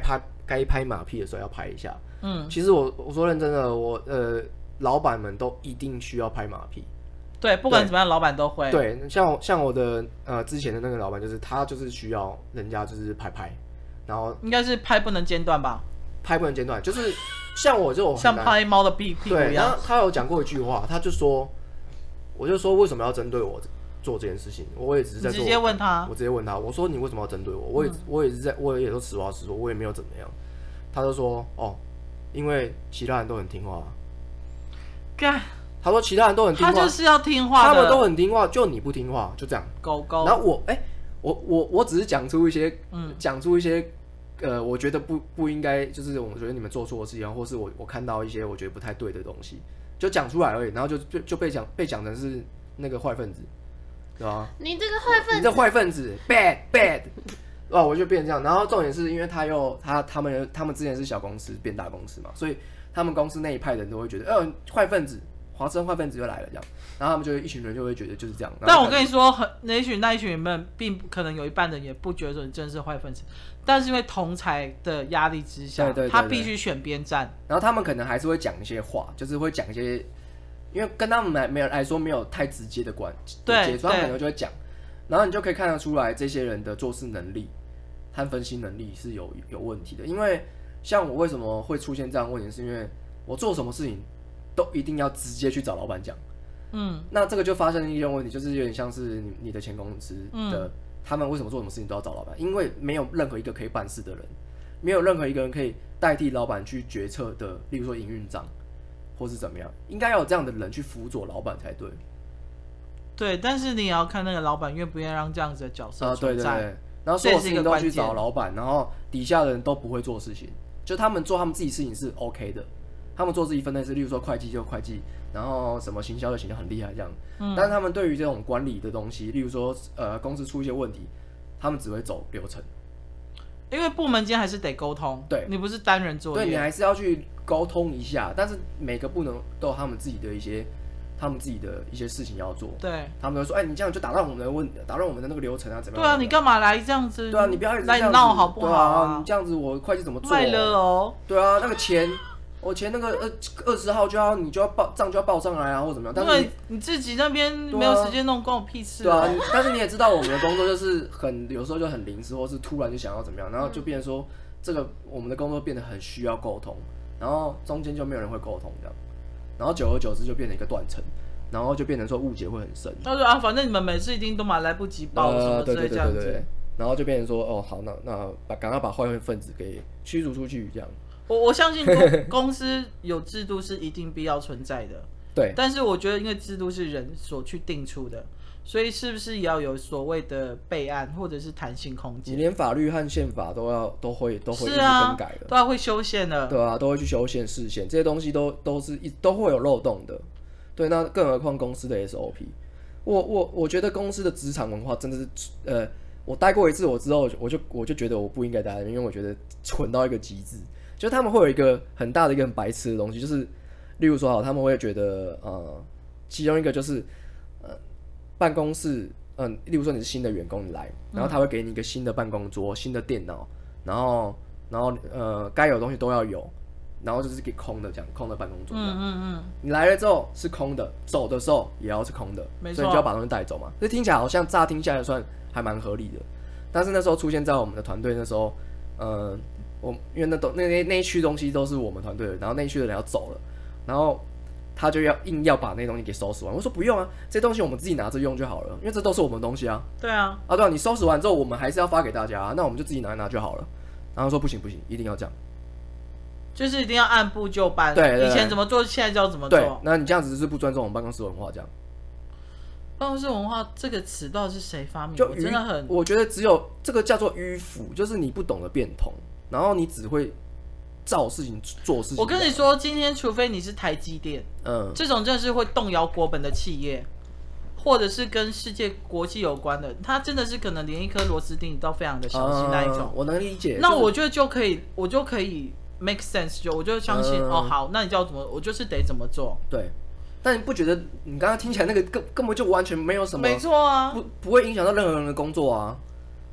该拍马屁的时候要拍一下。 嗯， 其实我我说认真的，我呃老板们都一定需要拍马屁。 对，不管怎么样，老板都会。 对，像像我的呃之前的那个老板，就是他就是需要人家就是拍拍，然后应该是拍不能间断吧？ 拍不能间断，就是像我这种像拍猫的屁屁股一样。 对，他有讲过一句话，他就说，我就说为什么要针对我做这件事情？我也只是在做。 直接问他， 我直接问他，我说你为什么要针对我？我也、嗯、我也是在，我也都实话实说，我也没有怎么样。他就说哦，因为其他人都很听话。 干。 他说其他人都很听话， 他就是要听话的， 他们都很听话，就你不听话，就这样。 狗狗。 然后我哎、欸，我我我只是讲出一些，讲、嗯、出一些，呃，我觉得不不应该，就是我觉得你们做错的事情，或是我我看到一些我觉得不太对的东西，就讲出来而已，然后就就就被讲被讲成是那个坏分子，对吧？ 你这个坏分子， 你这坏分子 ，bad bad， 哦，我就变成这样。然后重点是因为他又他他们他们之前是小公司变大公司嘛，所以他们公司那一派的人都会觉得，呃，坏分子。华生坏分子就来了，这样，然后他们就一群人就会觉得就是这样。 但我跟你说，很那一群那一群人们，并可能有一半人也不觉得说你真的是坏分子，但是因为同侪的压力之下，对对对对他必须选边站。 然后他们可能还是会讲一些话，就是会讲一些，因为跟他们来没有来说没有太直接的关接触，他们可能就会讲，然后你就可以看得出来这些人的做事能力和分析能力是有有问题的。因为像我为什么会出现这样的问题，是因为我做什么事情都一定要直接去找老板讲，嗯，那这个就发生一种问题，就是有点像是 你, 你的前公司的、嗯、他们为什么做什么事情都要找老板？因为没有任何一个可以办事的人，没有任何一个人可以代替老板去决策的，例如说营运长或是怎么样，应该要有这样的人去辅佐老板才对。 对，但是你也要看那个老板愿不愿意让这样子的角色存在。啊、对对对， 然后所有事情都去找老板，然后底下的人都不会做事情，就他们做他们自己事情是 OK 的。他们做自己分内事，例如说会计就会计，然后什么行销就行销很厉害这样。嗯、但是他们对于这种管理的东西，例如说呃公司出一些问题，他们只会走流程。 因为部门间还是得沟通， 对， 你不是单人作业， 对你还是要去沟通一下。但是每个部门都有他们自己的一些，他们自己的一些事情要做。对，他们就说，哎、欸，你这样就打乱我们的问，打乱我们的那个流程啊，怎么样？ 对啊，你干嘛来这样子？ 对啊，你不要一直来闹好不好、啊？ 对啊，你这样子我会计怎么做、啊？ 卖了哦。 对啊，那个钱。我前那个二二十号就要你就要报账就要报上来啊，或怎么样？但是 你, 你自己那边没有时间弄，关我屁事、 啊。对啊，但是你也知道我们的工作就是很有时候就很临时，或是突然就想要怎么样，然后就变成说这个我们的工作变得很需要沟通，然后中间就没有人会沟通这样，然后久而久之就变成一个断层，然后就变成说误解会很深。 他说啊，反正你们每次一定都嘛来不及报什么之类这样子，呃、对对对对对， 然后就变成说哦好，那那把赶快把坏分子给驱逐出去这样。 我我相信公公司有制度是一定必要存在的， 对。 但是我觉得，因为制度是人所去定出的，所以是不是也要有所谓的备案或者是弹性空间？ 你连法律和宪法都要都会都会一直更改的， 对啊，会修宪的， 对啊，都会去修宪释宪，这些东西都都是一都会有漏洞的，对。那更何况公司的 S O P， 我我我觉得公司的职场文化真的是，呃，我待过一次，我之后我就我就觉得我不应该待，因为我觉得蠢到一个极致。就他们会有一个很大的一个很白痴的东西，就是例如说好，他们会觉得呃，其中一个就是呃，办公室，嗯、呃，例如说你是新的员工，你来，然后他会给你一个新的办公桌、新的电脑，然后然后呃，该有的东西都要有，然后就是给空的这样，空的办公桌。嗯嗯嗯。你来了之后是空的，走的时候也要是空的，没错，所以你就要把东西带走嘛。这听起来好像乍听下来算还蛮合理的，但是那时候出现在我们的团队，那时候，呃。我因为那都那那那一区东西都是我们团队的，然后那一区的人要走了，然后他就要硬要把那些东西给收拾完。我说不用啊，这些东西我们自己拿着用就好了，因为这都是我们的东西啊。 对啊， 啊对啊，你收拾完之后我们还是要发给大家啊，那我们就自己拿一拿就好了。然后说不行不行，一定要这样， 就是一定要按部就班。 对， 对， 对， 以前怎么做，现在就要怎么做。 对，那你这样子是不尊重我们办公室文化，这样。 办公室文化这个词到底是谁发明的？我真的很， 我觉得只有这个叫做迂腐，就是你不懂得变通，然后你只会照事情做事情。 我跟你说，今天除非你是台积电，嗯，这种真的是会动摇国本的企业，或者是跟世界国际有关的，它真的是可能连一颗螺丝钉都非常的小心那一种。 嗯、我能理解。 那我觉得就可以，我就可以 make sense， 就我就相信、嗯、哦，好，那你叫怎么，我就是得怎么做。 对。但你不觉得你刚刚听起来那个根根本就完全没有什么， 没错啊， 不不会影响到任何人的工作啊。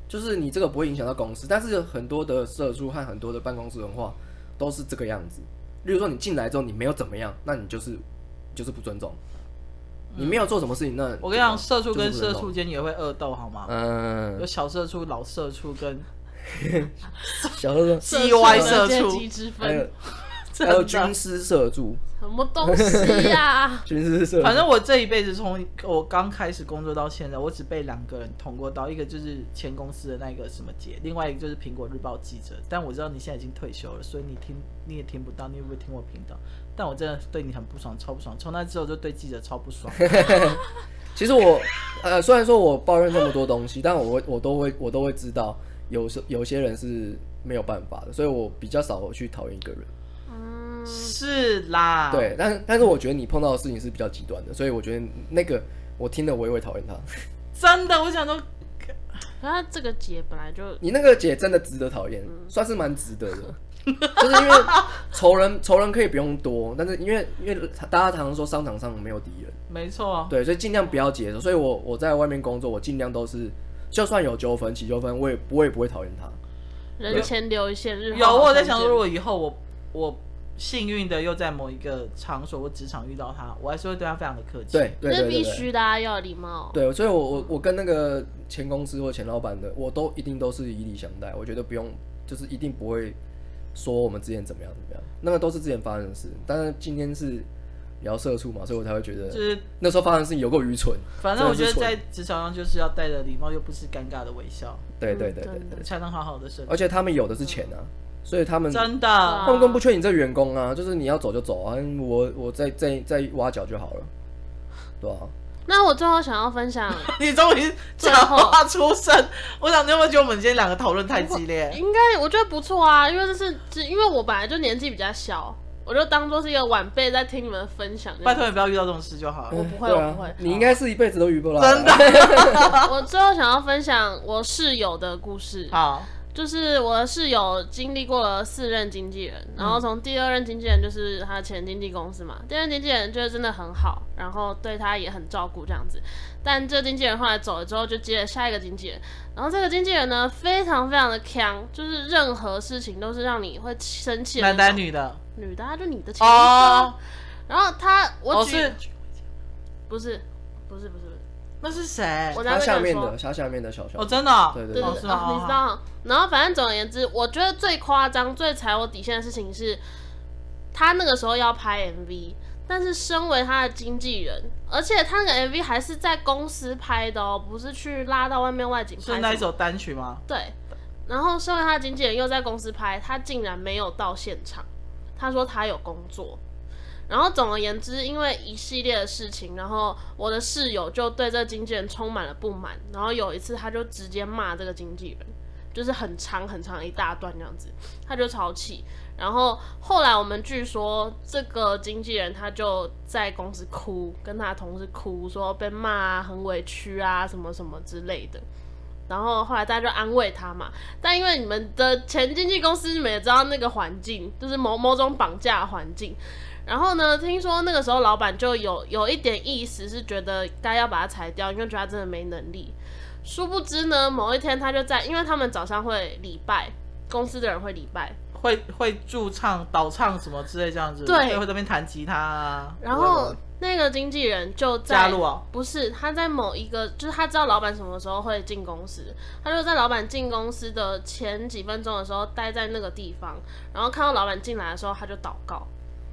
就是你这个不会影响到公司，但是很多的社畜和很多的办公室文化都是这个样子。例如说你进来之后你没有怎么样，那你就是就是不尊重。你没有做什么事情，那我跟你讲，社畜跟社畜间也会恶斗，好吗？ 嗯， 有小社畜、老社畜跟小社畜、 G Y 社畜， 还有还有军师社畜， 什么东西呀、啊？ 军师社畜。 反正我这一辈子从我刚开始工作到现在，我只被两个人捅过刀，一个就是前公司的那个什么姐，另外一个就是苹果日报记者。但我知道你现在已经退休了，所以你听你也听不到，你也不会听我频道。但我真的对你很不爽，超不爽。从那之后就对记者超不爽。 其实我呃，虽然说我抱怨这么多东西，但我我都会我都会知道有有些人是没有办法的，所以我比较少去讨厌一个人。 嗯， 是啦， 对，但但是我觉得你碰到的事情是比较极端的，所以我觉得那个我听了我也会讨厌他。 真的，我想说， 他这个姐本来就你那个姐真的值得讨厌，嗯、算是蛮值得的。就是因为仇人仇人可以不用多，但是因为因为大家常常说商场上没有敌人， 没错、啊， 对，所以尽量不要结仇。所以我我在外面工作，我尽量都是，就算有纠纷起纠纷，我也我也不会讨厌他。 人前留一线，日后有我在想说，如果以后我我幸运的又在某一个场所或职场遇到他，我还是会对他非常的客气。 对对对对， 这必须的、啊，要有礼貌。 对，所以我我我跟那个前公司或前老板的，我都一定都是以礼相待，我觉得不用，就是一定不会。说我们之前怎么样怎么样，那个都是之前发生的事，但是今天是聊社畜嘛，所以我才会觉得，就是那时候发生的事情有够愚蠢。 反正我觉得在职场上就是要带着礼貌，又不是尴尬的微笑。 对对对对对， 才能好好的生活。 而且他们有的是钱啊，所以他们真的， 他们根本不缺你这个员工啊，就是你要走就走啊，我我再再再挖角就好了，对吧、啊？ 那我最后想要分享， 你终于讲话出声。我想你有没有觉得我们今天两个讨论太激烈？ 应该我觉得不错啊，因为这是因为我本来就年纪比较小，我就当做是一个晚辈在听你们分享。 拜托你不要遇到这种事就好了。 我不会， 啊、 我不会。 你应该是一辈子都遇不到。 真的。 我最后想要分享我室友的故事。 好。 就是我的室友经历过了四任经纪人，然后从第二任经纪人就是他前经纪公司嘛，第二任经纪人就是真的很好，然后对他也很照顾这样子。但这经纪人后来走了之后，就接了下一个经纪人，然后这个经纪人呢非常非常的强，就是任何事情都是让你会生气的。 男的女的？ 女的，他就你的前一个。Oh. 然后他我举、 哦、是不是不是不是。 那是谁？ 他下面的，他下面的小小。 哦，真的、哦。 对对对对， 对对哦、你知道。然后反正总而言之，我觉得最夸张、最踩我底线的事情是，他那个时候要拍 M V， 但是身为他的经纪人，而且他那个 M V 还是在公司拍的哦，不是去拉到外面外景拍。 是那一首单曲吗？ 对。然后身为他的经纪人又在公司拍，他竟然没有到现场。他说他有工作。然后总而言之，因为一系列的事情，然后我的室友就对这个经纪人充满了不满。然后有一次，他就直接骂这个经纪人，就是很长很长一大段这样子，他就超气。然后后来我们据说，这个经纪人他就在公司哭，跟他同事哭，说被骂啊，很委屈啊，什么什么之类的。然后后来大家就安慰他嘛，但因为你们的前经纪公司，你们也知道那个环境，就是某某种绑架环境。然后呢，听说那个时候老板就有有一点意思，是觉得该要把他裁掉，因为觉得他真的没能力。殊不知呢，某一天他就在，因为他们早上会礼拜，公司的人会礼拜， 会会驻唱、导唱什么之类这样子， 对， 会这边弹吉他啊。 然后那个经纪人就在加入啊， 不是他在某一个，就是他知道老板什么时候会进公司，他就在老板进公司的前几分钟的时候待在那个地方，然后看到老板进来的时候，他就祷告。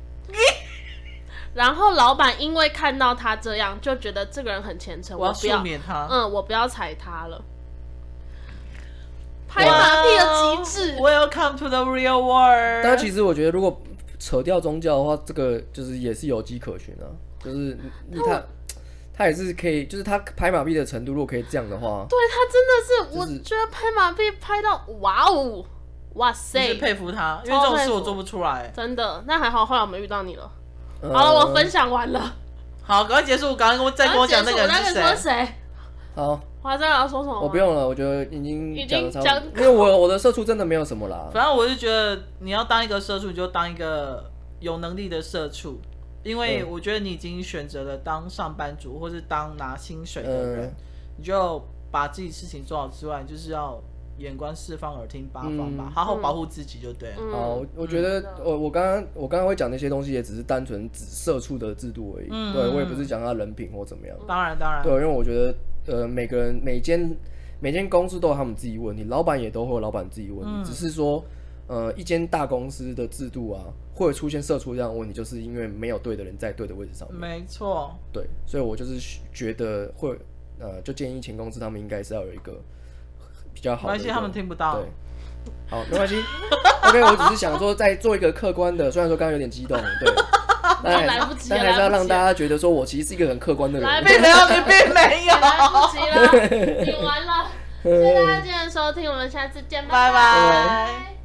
然后老板因为看到他这样，就觉得这个人很虔诚， 我要不要赦免他， 嗯，我不要踩他了。拍马屁的极致。 Welcome to the real world。 但其实我觉得，如果扯掉宗教的话，这个就是也是有迹可循啊。就是他他也是可以，就是他拍马屁的程度，如果可以这样的话， 对他真的是， 就是、 我觉得拍马屁拍到哇哦，哇塞， 是佩服他，因为这种事我做不出来。 真的，那还好，后来我们遇到你了。 呃、 好了，我分享完了。 好，赶快结束，赶快跟我再跟我讲那个人是谁。 谁？ 好， 华生要说什么？ 我不用了，我觉得已经已经讲了， 因为我我的社畜真的没有什么啦。 反正我是觉得你要当一个社畜，你就当一个有能力的社畜，因为我觉得你已经选择了当上班族或是当拿薪水的人，嗯、你就把自己事情做好之外，就是要眼观四方，耳听八方吧， 嗯、 好好保护自己就对了。 嗯、 好，我觉得我我刚刚我刚刚会讲那些东西，也只是单纯指社畜的制度而已。嗯、对我也不是讲他人品或怎么样。 当然当然。 对，因为我觉得呃每个人每间每间公司都有他们自己问题，老板也都会有老板自己问题，嗯、只是说呃一间大公司的制度啊，会出现社畜这样的问题，就是因为没有对的人在对的位置上面。 没错。 对，所以我就是觉得会呃就建议前公司他们应该是要有一个。比较好的，没关系， 他们听不到。 对，好，没关系。OK， 我只是想说，再做一个客观的，虽然说刚刚有点激动，对，但来不及， 但还是要让大家觉得说我其实是一个很客观的人。 并没有，你并没有， 来不及了，你完了。谢谢大家今天的收听，我们下次见，拜拜。